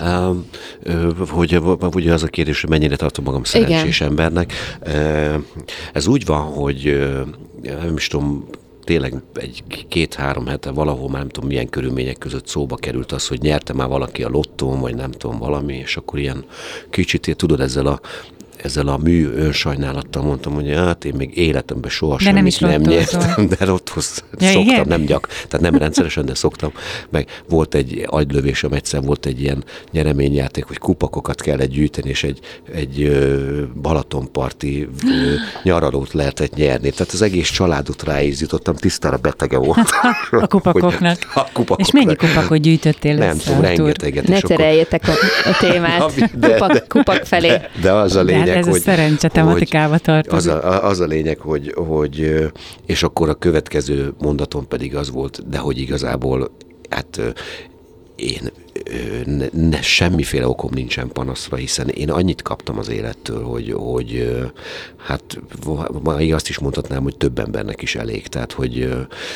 Uh, hogy ugye az a kérdés, hogy mennyire tartom magam szerencsés Igen. embernek. Uh, ez úgy van, hogy uh, nem is tudom, tényleg egy két-három hete valahol, már nem tudom milyen körülmények között szóba került az, hogy nyerte már valaki a lottón, vagy nem tudom valami, és akkor ilyen kicsit, tudod, ezzel a ezzel a mű önsajnálattal mondtam, hogy hát én még életemben soha de semmit nem, nem nyertem, de lottóz ja, szoktam, igen? nem gyak, tehát nem rendszeresen, de szoktam. Meg volt egy agylövésem, egyszer volt egy ilyen nyereményjáték, hogy kupakokat kellett gyűjteni, és egy, egy Balatonparti nyaralót lehetett nyerni. Tehát az egész családot ráízítottam, tisztára betege volt. A kupakoknak. A kupakoknak. És mennyi kupakot gyűjtöttél Nem tudom, rengeteget. Ne tereljetek a, a témát de, kupak, de, kupak felé. De, de az a lényeg, ez hogy, a szerencse tematikába tartozik. Az a, az a lényeg, hogy, hogy, és akkor a következő mondatom pedig az volt, de hogy igazából, hát én ne, ne, semmiféle okom nincsen panaszra, hiszen én annyit kaptam az élettől, hogy, hogy hát azt is mondhatnám, hogy több embernek is elég. Tehát, hogy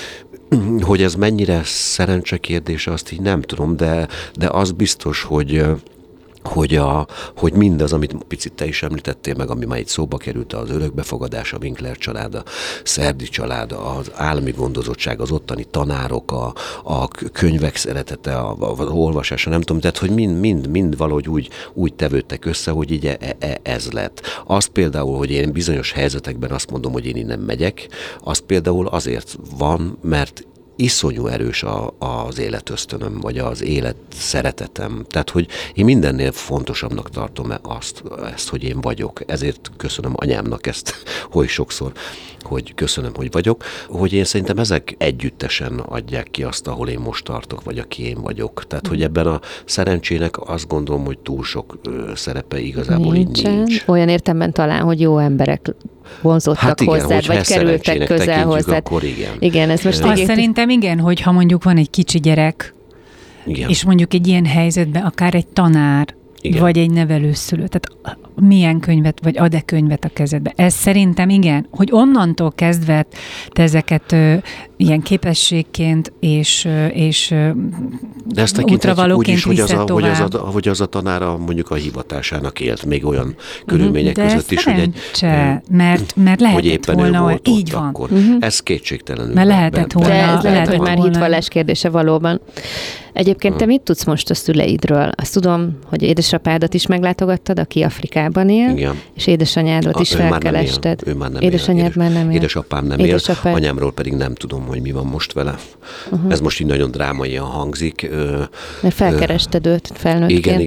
hogy ez mennyire szerencse kérdése, azt így nem tudom, de, de az biztos, hogy Hogy, a, hogy mindaz, amit picit te is említettél meg, ami már itt szóba került, az örökbefogadás, a Winkler család, a Szerdi család, az állami gondozottság, az ottani tanárok, a, a könyvek szeretete, a, a, az olvasása, nem tudom, tehát hogy mind, mind, mind valahogy úgy, úgy tevődtek össze, hogy így e, e, ez lett. Az például, hogy én bizonyos helyzetekben azt mondom, hogy én innen megyek, az például azért van, mert iszonyú erős a, az életösztönöm, vagy az élet szeretetem. Tehát, hogy én mindennél fontosabbnak tartom azt, ezt, hogy én vagyok. Ezért köszönöm anyámnak ezt, hogy sokszor, hogy köszönöm, hogy vagyok, hogy én szerintem ezek együttesen adják ki azt, ahol én most tartok, vagy aki én vagyok. Tehát, hogy ebben a szerencsének azt gondolom, hogy túl sok szerepe igazából Nincsen. így nincs. Olyan értelemben talán, hogy jó emberek vonzottak hát igen, hozzád, vagy kerültek közel hozzád. Akkor igen. Igen, ez most Azt egész... szerintem igen, hogy ha mondjuk van egy kicsi gyerek, igen. és mondjuk egy ilyen helyzetben akár egy tanár, igen. vagy egy nevelőszülő, tehát milyen könyvet, vagy ad-e könyvet a kezedbe. Ez szerintem igen, hogy onnantól kezdve te ezeket ö, ilyen képességként és, ö, és ö, de ezt útravalóként is, hogy az, a, hogy, az a, hogy az a tanára mondjuk a hivatásának élt még olyan körülmények de között is, hogy egy... mert, mert lehetett hogy éppen volna, volt így van. Akkor. Uh-huh. Ez kétségtelenül. Mert lehetett volna. De ez lehet, hogy már volna. hitvallás kérdése valóban. Egyébként te mit tudsz most a szüleidről? Azt tudom, hogy édesapádat is meglátogattad, aki Afrikában él, igen. és édesanyádat a, is felkerested. Ő már nem Édesanyád él. már nem él. Édesapám nem él, anyámról pedig nem tudom, hogy mi van most vele. Uh-huh. Ez most így nagyon drámaian hangzik. Mert felkerested őt felnőttként. Igen,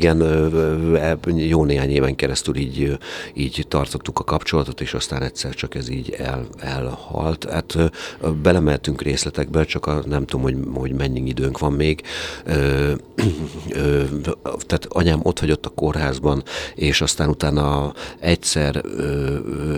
igen, jó néhány éven keresztül így, így tartottuk a kapcsolatot, és aztán egyszer csak ez így el, elhalt. Hát belemeltünk részletekbe, csak a, nem tudom, hogy, hogy mennyi időnk van még. ö, ö, tehát anyám ott hagyott a kórházban, és aztán utána egyszer ö,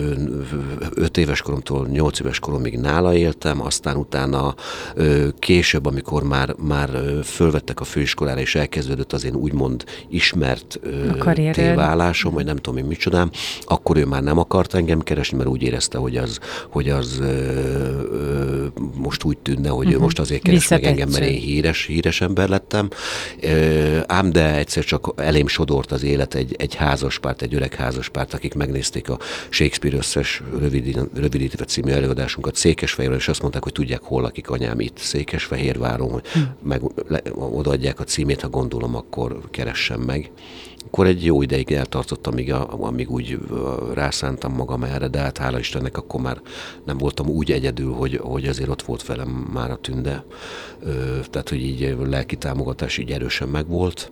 öt éves koromtól nyolc éves koromig nála éltem, aztán utána ö, később, amikor már, már fölvettek a főiskolára, és elkezdődött az én úgymond ismert ö, téválásom, vagy nem tudom én micsodám, akkor ő már nem akart engem keresni, mert úgy érezte, hogy az, hogy az ö, ö, most úgy tűnne, hogy uh-huh. ő most azért keres meg engem, mert én híres, híres ember lettem. Ö, ám de egyszer csak elém sodort az élet egy, egy házaspárt, egy öreg házaspárt, akik megnézték a Shakespeare összes rövidítve című előadásunkat Székesfehérről, és azt mondták, hogy tudják, hol lakik anyám itt Székesfehérváron, hogy hmm. meg le, odaadják a címét, ha gondolom, akkor keressem meg. Akkor egy jó ideig eltartott, amíg, a, amíg úgy rászántam magam erre, de hát hála Istennek akkor már nem voltam úgy egyedül, hogy, hogy azért ott volt velem már a Tünde. Tehát, hogy így lelki támogatás így erősen megvolt.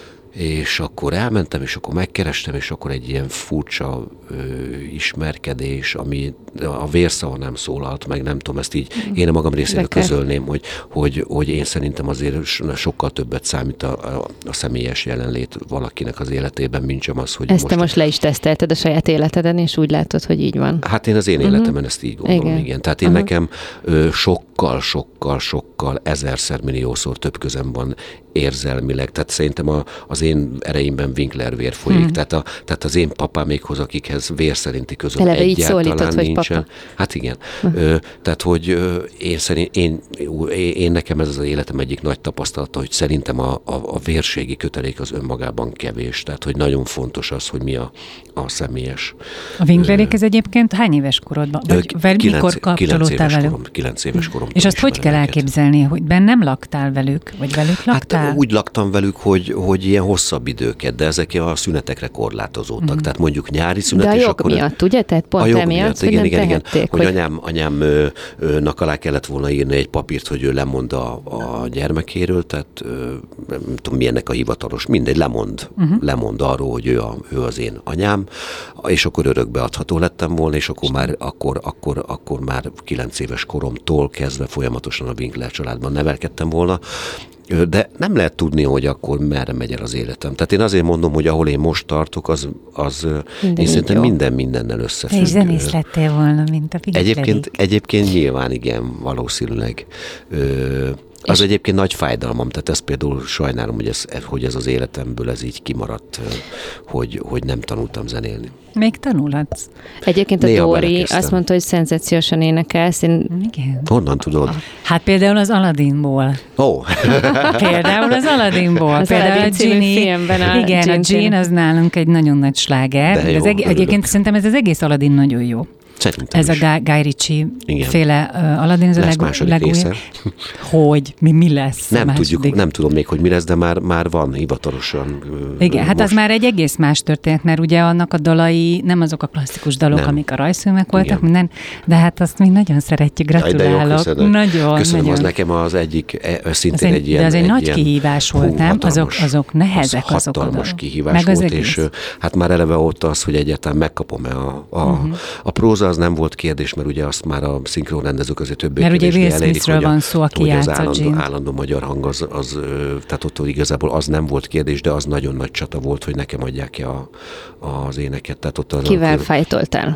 És akkor elmentem, és akkor megkerestem, és akkor egy ilyen furcsa ö, ismerkedés, ami a vérszava nem szólalt meg, nem tudom, ezt így én a magam részéről közölném, hogy, hogy, hogy én szerintem azért sokkal többet számít a, a, a személyes jelenlét valakinek az életében, mint sem az, hogy ezt most... te most le is tesztelted a saját életeden, és úgy látod, hogy így van. Hát én az én uh-huh. életemben ezt így gondolom, igen. igen. Tehát én uh-huh. nekem ö, sokkal, sokkal, sokkal ezerszer, milliószor több közem van érzelmileg. Tehát szerintem a, az én ereimben Winkler vér folyik. Hmm. Tehát, a, tehát az én papámékhoz, akikhez vér szerinti közöm Eleve egyáltalán nincsen. Papa. Hát igen. Hmm. Ö, tehát, hogy ö, én, szerint, én, én, én nekem ez az életem egyik nagy tapasztalata, hogy szerintem a, a, a vérségi kötelék az önmagában kevés. Tehát, hogy nagyon fontos az, hogy mi a, a személyes. A Winklerék ez egyébként hány éves korodban? Vagy ö, mikor kapcsolódtál velük? Korom, kilenc éves koromban. És azt hogy kell őket. elképzelni, hogy bennem laktál velük? Vagy velük laktál? Hát úgy laktam velük, hogy, hogy ilyen hosszabb időket, de ezek a szünetekre korlátozódtak. Mm. Tehát mondjuk nyári szünet. De a és jog akkor miatt, ugye? Tehát pont a jog emiatt, miatt, hogy igen, nem igen, igen, tehették, hogy, hogy anyám, anyámnak alá kellett volna írni egy papírt, hogy ő lemond a, a gyermekéről, tehát nem tudom, milyennek a hivatalos, mindegy, lemond, uh-huh. lemond arról, hogy ő, a, ő az én anyám, és akkor örökbeadható lettem volna, és akkor már, akkor, akkor, akkor már kilenc éves koromtól kezdve folyamatosan a Winkler családban nevelkedtem volna. De nem lehet tudni, hogy akkor merre megy el az életem. Tehát én azért mondom, hogy ahol én most tartok, az, az én szerintem jó. minden mindennel összefügg. Te is zenész lettél volna, mint a Winklerék. Egyébként, egyébként nyilván igen, valószínűleg. Ö, az és egyébként nagy fájdalmam, tehát ezt például sajnálom, hogy ez, hogy ez az életemből ez így kimaradt, hogy, hogy nem tanultam zenélni. Még tanulhatsz. Egyébként a Néha Dóri belekezdtem. Azt mondta, hogy szenzációsan énekelsz. Én... Igen. Honnan tudod? Hát például az Aladdinból. Ó. Oh. Például az Aladdinból. Az például Aladdin című filmben a igen, Jean a Jean az nálunk egy nagyon nagy sláger. De jó, eg- egyébként szerintem ez az egész Aladdin nagyon jó. Szerintem ez is. a Guy Ritchie igen. féle uh, Aladdin, ez lesz a leg- második legújabb. Hogy? Mi, mi lesz nem tudjuk, nem tudom még, hogy mi lesz, de már, már van hivatalosan. Igen, hát most. Az már egy egész más történet, mert ugye annak a dalai nem azok a klasszikus dalok, nem. amik a rajzfilmek voltak, igen. minden, de hát azt mi nagyon szeretjük, gratulálok. Jaj, köszönöm. Nagyon, köszönöm, nagyon. Az nekem az egyik, szintén az egy ilyen. De az egy, egy nagy ilyen, kihívás volt, hú, nem? Azok, azok nehezek. Az azok hatalmas a kihívás meg volt, és hát már eleve ott az, hogy egyáltalán megkapom-e a, a, uh-huh. a próza, az nem volt kérdés, mert ugye azt már a szinkronrendezők azért többé mert ugye Will Smithről van szó, aki hogy az játszott állandó, állandó magyar hang, az, az, tehát ott igazából az nem volt kérdés, de az nagyon nagy csata volt, hogy nekem adják ki a, az éneket. Tehát ott az Kivel akkor... fájtoltál?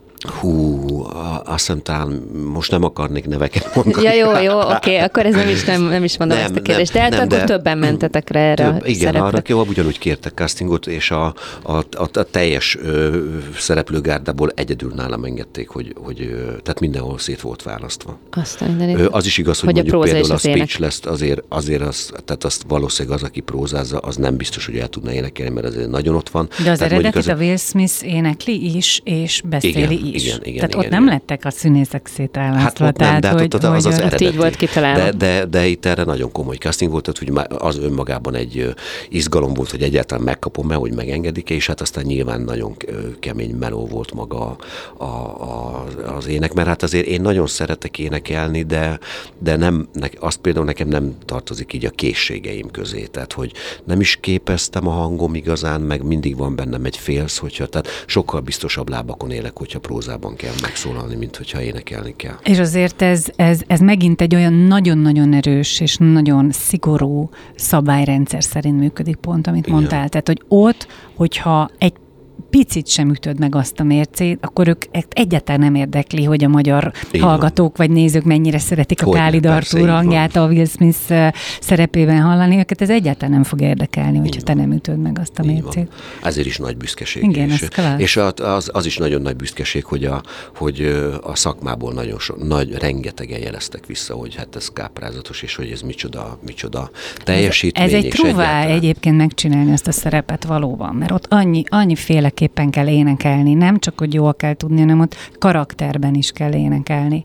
Hú, azt hiszem talán most nem akarnék neveket mondani. Ja, jó, jó, oké, okay, akkor ez nem is, nem, nem is mondom nem, ezt a kérdést. De hát nem, akkor de többen mentetek rá erre több, igen, szerepre. Arra jó, ugyanúgy kértek castingot, és a, a, a, a teljes ö, szereplőgárdából egyedül nálam engedték, hogy, hogy ö, tehát mindenhol szét volt választva. Aztán ö, az is igaz, hogy, hogy mondjuk a például a Speechless azért, azért az, tehát azt valószínűleg az, aki prózázza, az nem biztos, hogy el tudna énekelni, mert azért nagyon ott van. De az eredetit a Will Smith énekli is, és beszéli igen, is. Igen, igen, tehát igen, ott igen. nem lettek a színészek szétválasztva. Hát tehát, nem, de hát hogy, ott az hogy az eredeti. Így volt kitalálva. De, de, de itt erre nagyon komoly casting volt, hogy az önmagában egy izgalom volt, hogy egyáltalán megkapom-e, hogy megengedik, és hát aztán nyilván nagyon kemény meló volt maga a, a, az ének, mert hát azért én nagyon szeretek énekelni, de, de nem, azt például nekem nem tartozik így a készségeim közé, tehát hogy nem is képeztem a hangom igazán, meg mindig van bennem egy félsz, hogyha, tehát sokkal biztosabb lábakon élek, hogyha prózát pózában kell megszólalni, mint hogyha énekelni kell. És azért ez, ez, ez megint egy olyan nagyon-nagyon erős és nagyon szigorú szabályrendszer szerint működik pont, amit Igen. mondtál. Tehát, hogy ott, hogyha egy picit sem ütöd meg azt a mércét, akkor ők egyáltalán nem érdekli, hogy a magyar így hallgatók van. vagy nézők mennyire szeretik hogy a Kálid Artúr hangját a Will Smith szerepében hallani. Őket ez egyáltalán nem fog érdekelni, hogyha te nem ütöd meg azt a így mércét. Van. Ezért is nagy büszkeség. Igen, és, ez és az, az is nagyon nagy büszkeség, hogy a, hogy a szakmából nagyon so, nagy, rengetegen jeleztek vissza, hogy hát ez káprázatos, és hogy ez micsoda, micsoda teljesítmény. Ez, ez egy truvá egyébként megcsinálni ezt a szerepet valóban, mert ott annyi, annyi féleképpen kell énekelni, nem csak, hogy jól kell tudni, hanem ott karakterben is kell énekelni.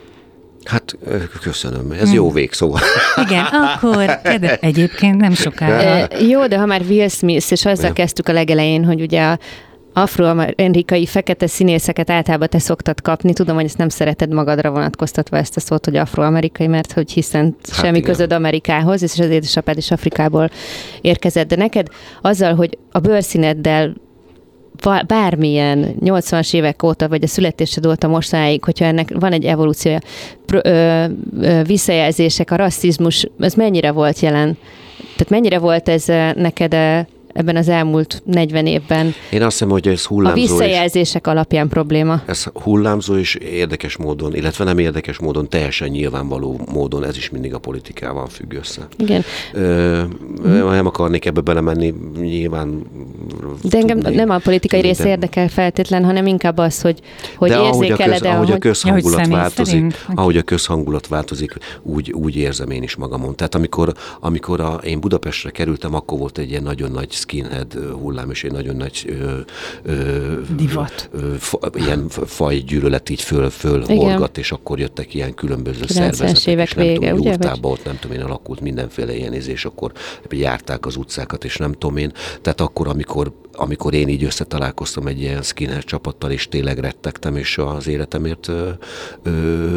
Hát köszönöm, ez hmm. jó végszó. Igen, akkor kedve, egyébként nem sokára. Jó, de ha már Will Smith, és azzal kezdtük a legelején, hogy ugye a afroamerikai fekete színészeket általában te szoktad kapni. Tudom, hogy ezt nem szereted magadra vonatkoztatva ezt a szót, hogy afroamerikai, mert hogy hiszen hát semmi igen. közöd Amerikához, és az édesapád is Afrikából érkezett. De neked azzal, hogy a bőrszíneddel bármilyen nyolcvanas évek óta, vagy a születésed óta mostanáig, hogyha ennek van egy evolúciója, pro, ö, ö, visszajelzések, a rasszizmus, ez mennyire volt jelen? Tehát mennyire volt ez neked ebben az elmúlt negyven évben? Én azt hiszem, hogy ez hullámzó. A visszajelzések és, alapján probléma. Ez hullámzó és érdekes módon, illetve nem érdekes módon, teljesen nyilvánvaló módon, ez is mindig a politikával függ össze. Igen. Ö, hmm. Nem akarnék ebbe belemenni, nyilván. De engem tudni, nem a politikai része érdekel feltétlen, hanem inkább az, hogy, hogy érzékeled el, ahogy a közhangulat változik, ahogy a közhangulat változik, úgy, úgy érzem én is magamon. Tehát amikor, amikor a, én Budapestre kerültem, akkor volt egy ilyen nagyon nagy skinhead hullám, és egy nagyon nagy ö, ö, divat. Ö, fa, ilyen fajgyűlölet így föl, fölhorgat, és akkor jöttek ilyen különböző szervezetek, évek és nem vége, tudom, ugye? Jurtában ott nem tudom én, alakult mindenféle ilyen íz, és akkor járták az utcákat, és nem tudom én. Tehát akkor, amikor amikor én így összetalálkoztam egy ilyen skinhead csapattal, és tényleg rettegtem, és az életemért ö, ö,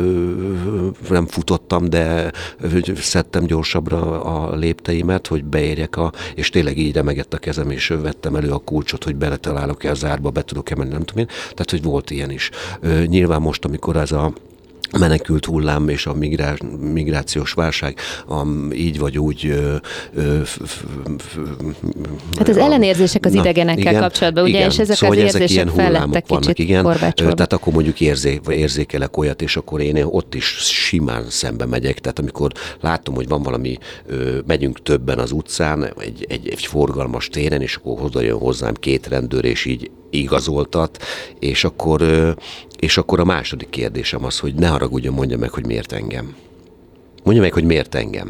nem futottam, de szedtem gyorsabbra a lépteimet, hogy beérjek, a, és tényleg így remegett a kezem, és vettem elő a kulcsot, hogy beletalálok-e a zárba, be tudok-e menni, nem tudom én. Tehát, hogy volt ilyen is. Ö, nyilván most, amikor ez a menekült hullám és a migrá- migrációs válság a, így vagy úgy ö, ö, f, f, f, hát az ellenérzések az na, idegenekkel igen, kapcsolatban, ugye, igen. És ezek szóval az érzések fellettek kicsit igen. korbácsolva. Tehát akkor mondjuk érzé, érzékelek olyat, és akkor én ott is simán szembe megyek, tehát amikor látom, hogy van valami, ö, megyünk többen az utcán, egy, egy, egy forgalmas téren, és akkor oda jön hozzám két rendőr, és így igazoltat, és akkor, és akkor a második kérdésem az, hogy ne haragudjon, mondja meg, hogy miért engem. Mondja meg, hogy miért engem.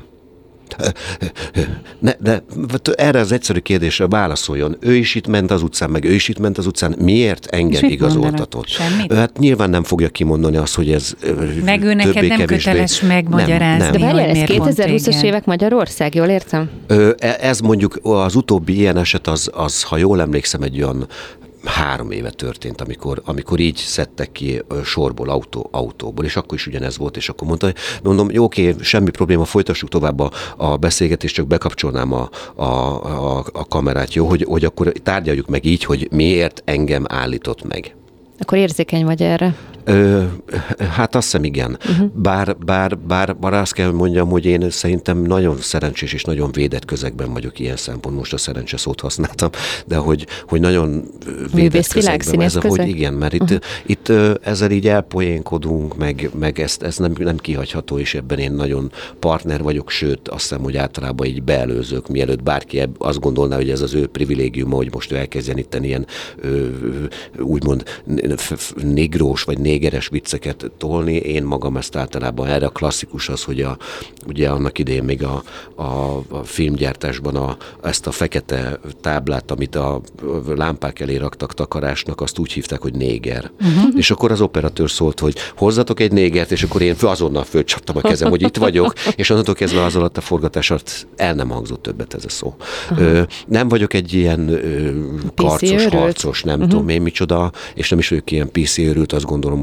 Ne, de erre az egyszerű kérdésre válaszoljon. Ő is itt ment az utcán, meg ő is itt ment az utcán. Miért engem igazoltatott? Hát nyilván nem fogja kimondani azt, hogy ez meg ő neked nem köteles megmagyarázni. De várjál, ez kétezer-húszas évek Magyarország, jól értem? Ez mondjuk az utóbbi ilyen eset az, az ha jól emlékszem, egy olyan három éve történt, amikor, amikor így szedtek ki sorból, autó, autóból, és akkor is ugyanez volt, és akkor mondta, mondom, jó, oké, semmi probléma, folytassuk tovább a, a beszélgetést, csak bekapcsolnám a, a, a, a kamerát, jó, hogy, hogy akkor tárgyaljuk meg így, hogy miért engem állított meg. Akkor érzékeny vagy erre? Ö, hát azt hiszem igen. Uh-huh. Bár, bár, bár, bár azt kell, hogy mondjam, hogy én szerintem nagyon szerencsés és nagyon védett közegben vagyok ilyen szempont. Most a szerencse szót használtam, de hogy, hogy nagyon védett közegben. Ez, hogy igen, mert uh-huh. itt, itt ezzel így elpoénkodunk, meg, meg ezt, ez nem, nem kihagyható, és ebben én nagyon partner vagyok, sőt azt hiszem, hogy általában így beelőzök, mielőtt bárki azt gondolná, hogy ez az ő privilégiuma, hogy most ő elkezdjen itten ilyen ö, úgymond négrós vagy négeres vicceket tolni. Én magam ezt általában erre a klasszikus az, hogy a, ugye annak idején még a, a, a filmgyártásban a, ezt a fekete táblát, amit a lámpák elé raktak takarásnak, azt úgy hívták, hogy néger. Uh-huh. És akkor az operatőr szólt, hogy hozzatok egy négert, és akkor én azonnal fölcsaptam a kezem, hogy itt vagyok, és onnantól kezdve az alatt a forgatás alatt el nem hangzott többet ez a szó. Uh-huh. Ö, nem vagyok egy ilyen ö, karcos, harcos, nem uh-huh. tudom én micsoda, és nem is vagyok ilyen pé cé őrült, azt gondolom,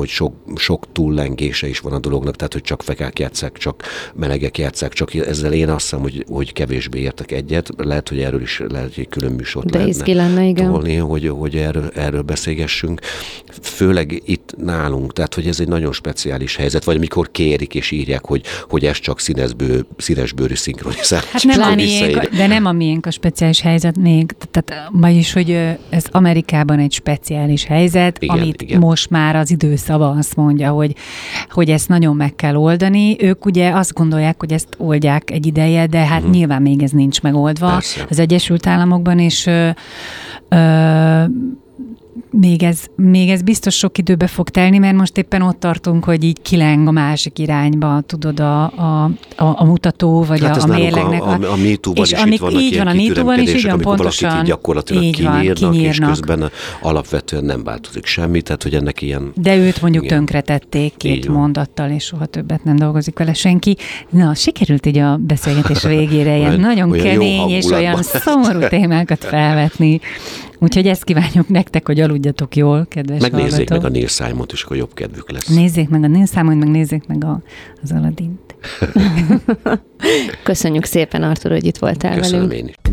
hogy sok, sok túllengése is van a dolognak, tehát hogy csak fekák játsszák, csak melegek játsszák, csak ezzel én azt hiszem, hogy, hogy kevésbé értek egyet. Lehet, hogy erről is lehet, hogy külön műsort lehetne lenne, igen. tolni, hogy, hogy erről, erről beszélgessünk. Főleg itt nálunk, tehát hogy ez egy nagyon speciális helyzet, vagy amikor kérik és írják, hogy, hogy ez csak színesbő, színesbőrű szinkronizálás. Hát nem a miénk, de nem a miénk a speciális helyzet még, tehát vagyis, hogy ez Amerikában egy speciális helyzet, igen, amit igen. most már az időszava azt mondja, hogy, hogy ezt nagyon meg kell oldani. Ők ugye azt gondolják, hogy ezt oldják egy ideje, de hát uh-huh. nyilván még ez nincs megoldva. Persze. Az Egyesült Államokban is ö, ö, Még ez, még ez biztos sok időbe fog telni, mert most éppen ott tartunk, hogy így kileng a másik irányba, tudod, a, a, a, a mutató, vagy hát a, a mérlegnek. A, a, a MeToo-ban is itt vannak így ilyen van, a MeToo-ban is, így van, amikor pontosan, valakit így gyakorlatilag így van, kinyírnak, kinyírnak, és közben alapvetően nem változik semmi, tehát hogy ennek ilyen... De őt mondjuk igen, tönkretették két mondattal, és soha többet nem dolgozik vele senki. Na, sikerült így a beszélgetés végére ilyen nagyon olyan kemény és olyan szomorú témákat felvetni. Úgyhogy ezt kívánjuk nektek, hogy aludjatok jól, kedves Megnézzék hallgatók. meg a Neil Simont, és akkor jobb kedvük lesz. Nézzék meg a Neil Simont, meg nézzék meg a, az Aladdint. Köszönjük szépen, Artur, hogy itt voltál Köszönöm velünk. Én is.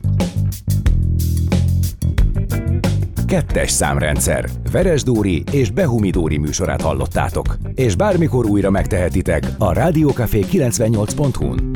Kettes számrendszer. Veres Dóri és Behumi Dóri műsorát hallottátok. És bármikor újra megtehetitek a rádiókafé kilencvennyolc pont hu-n.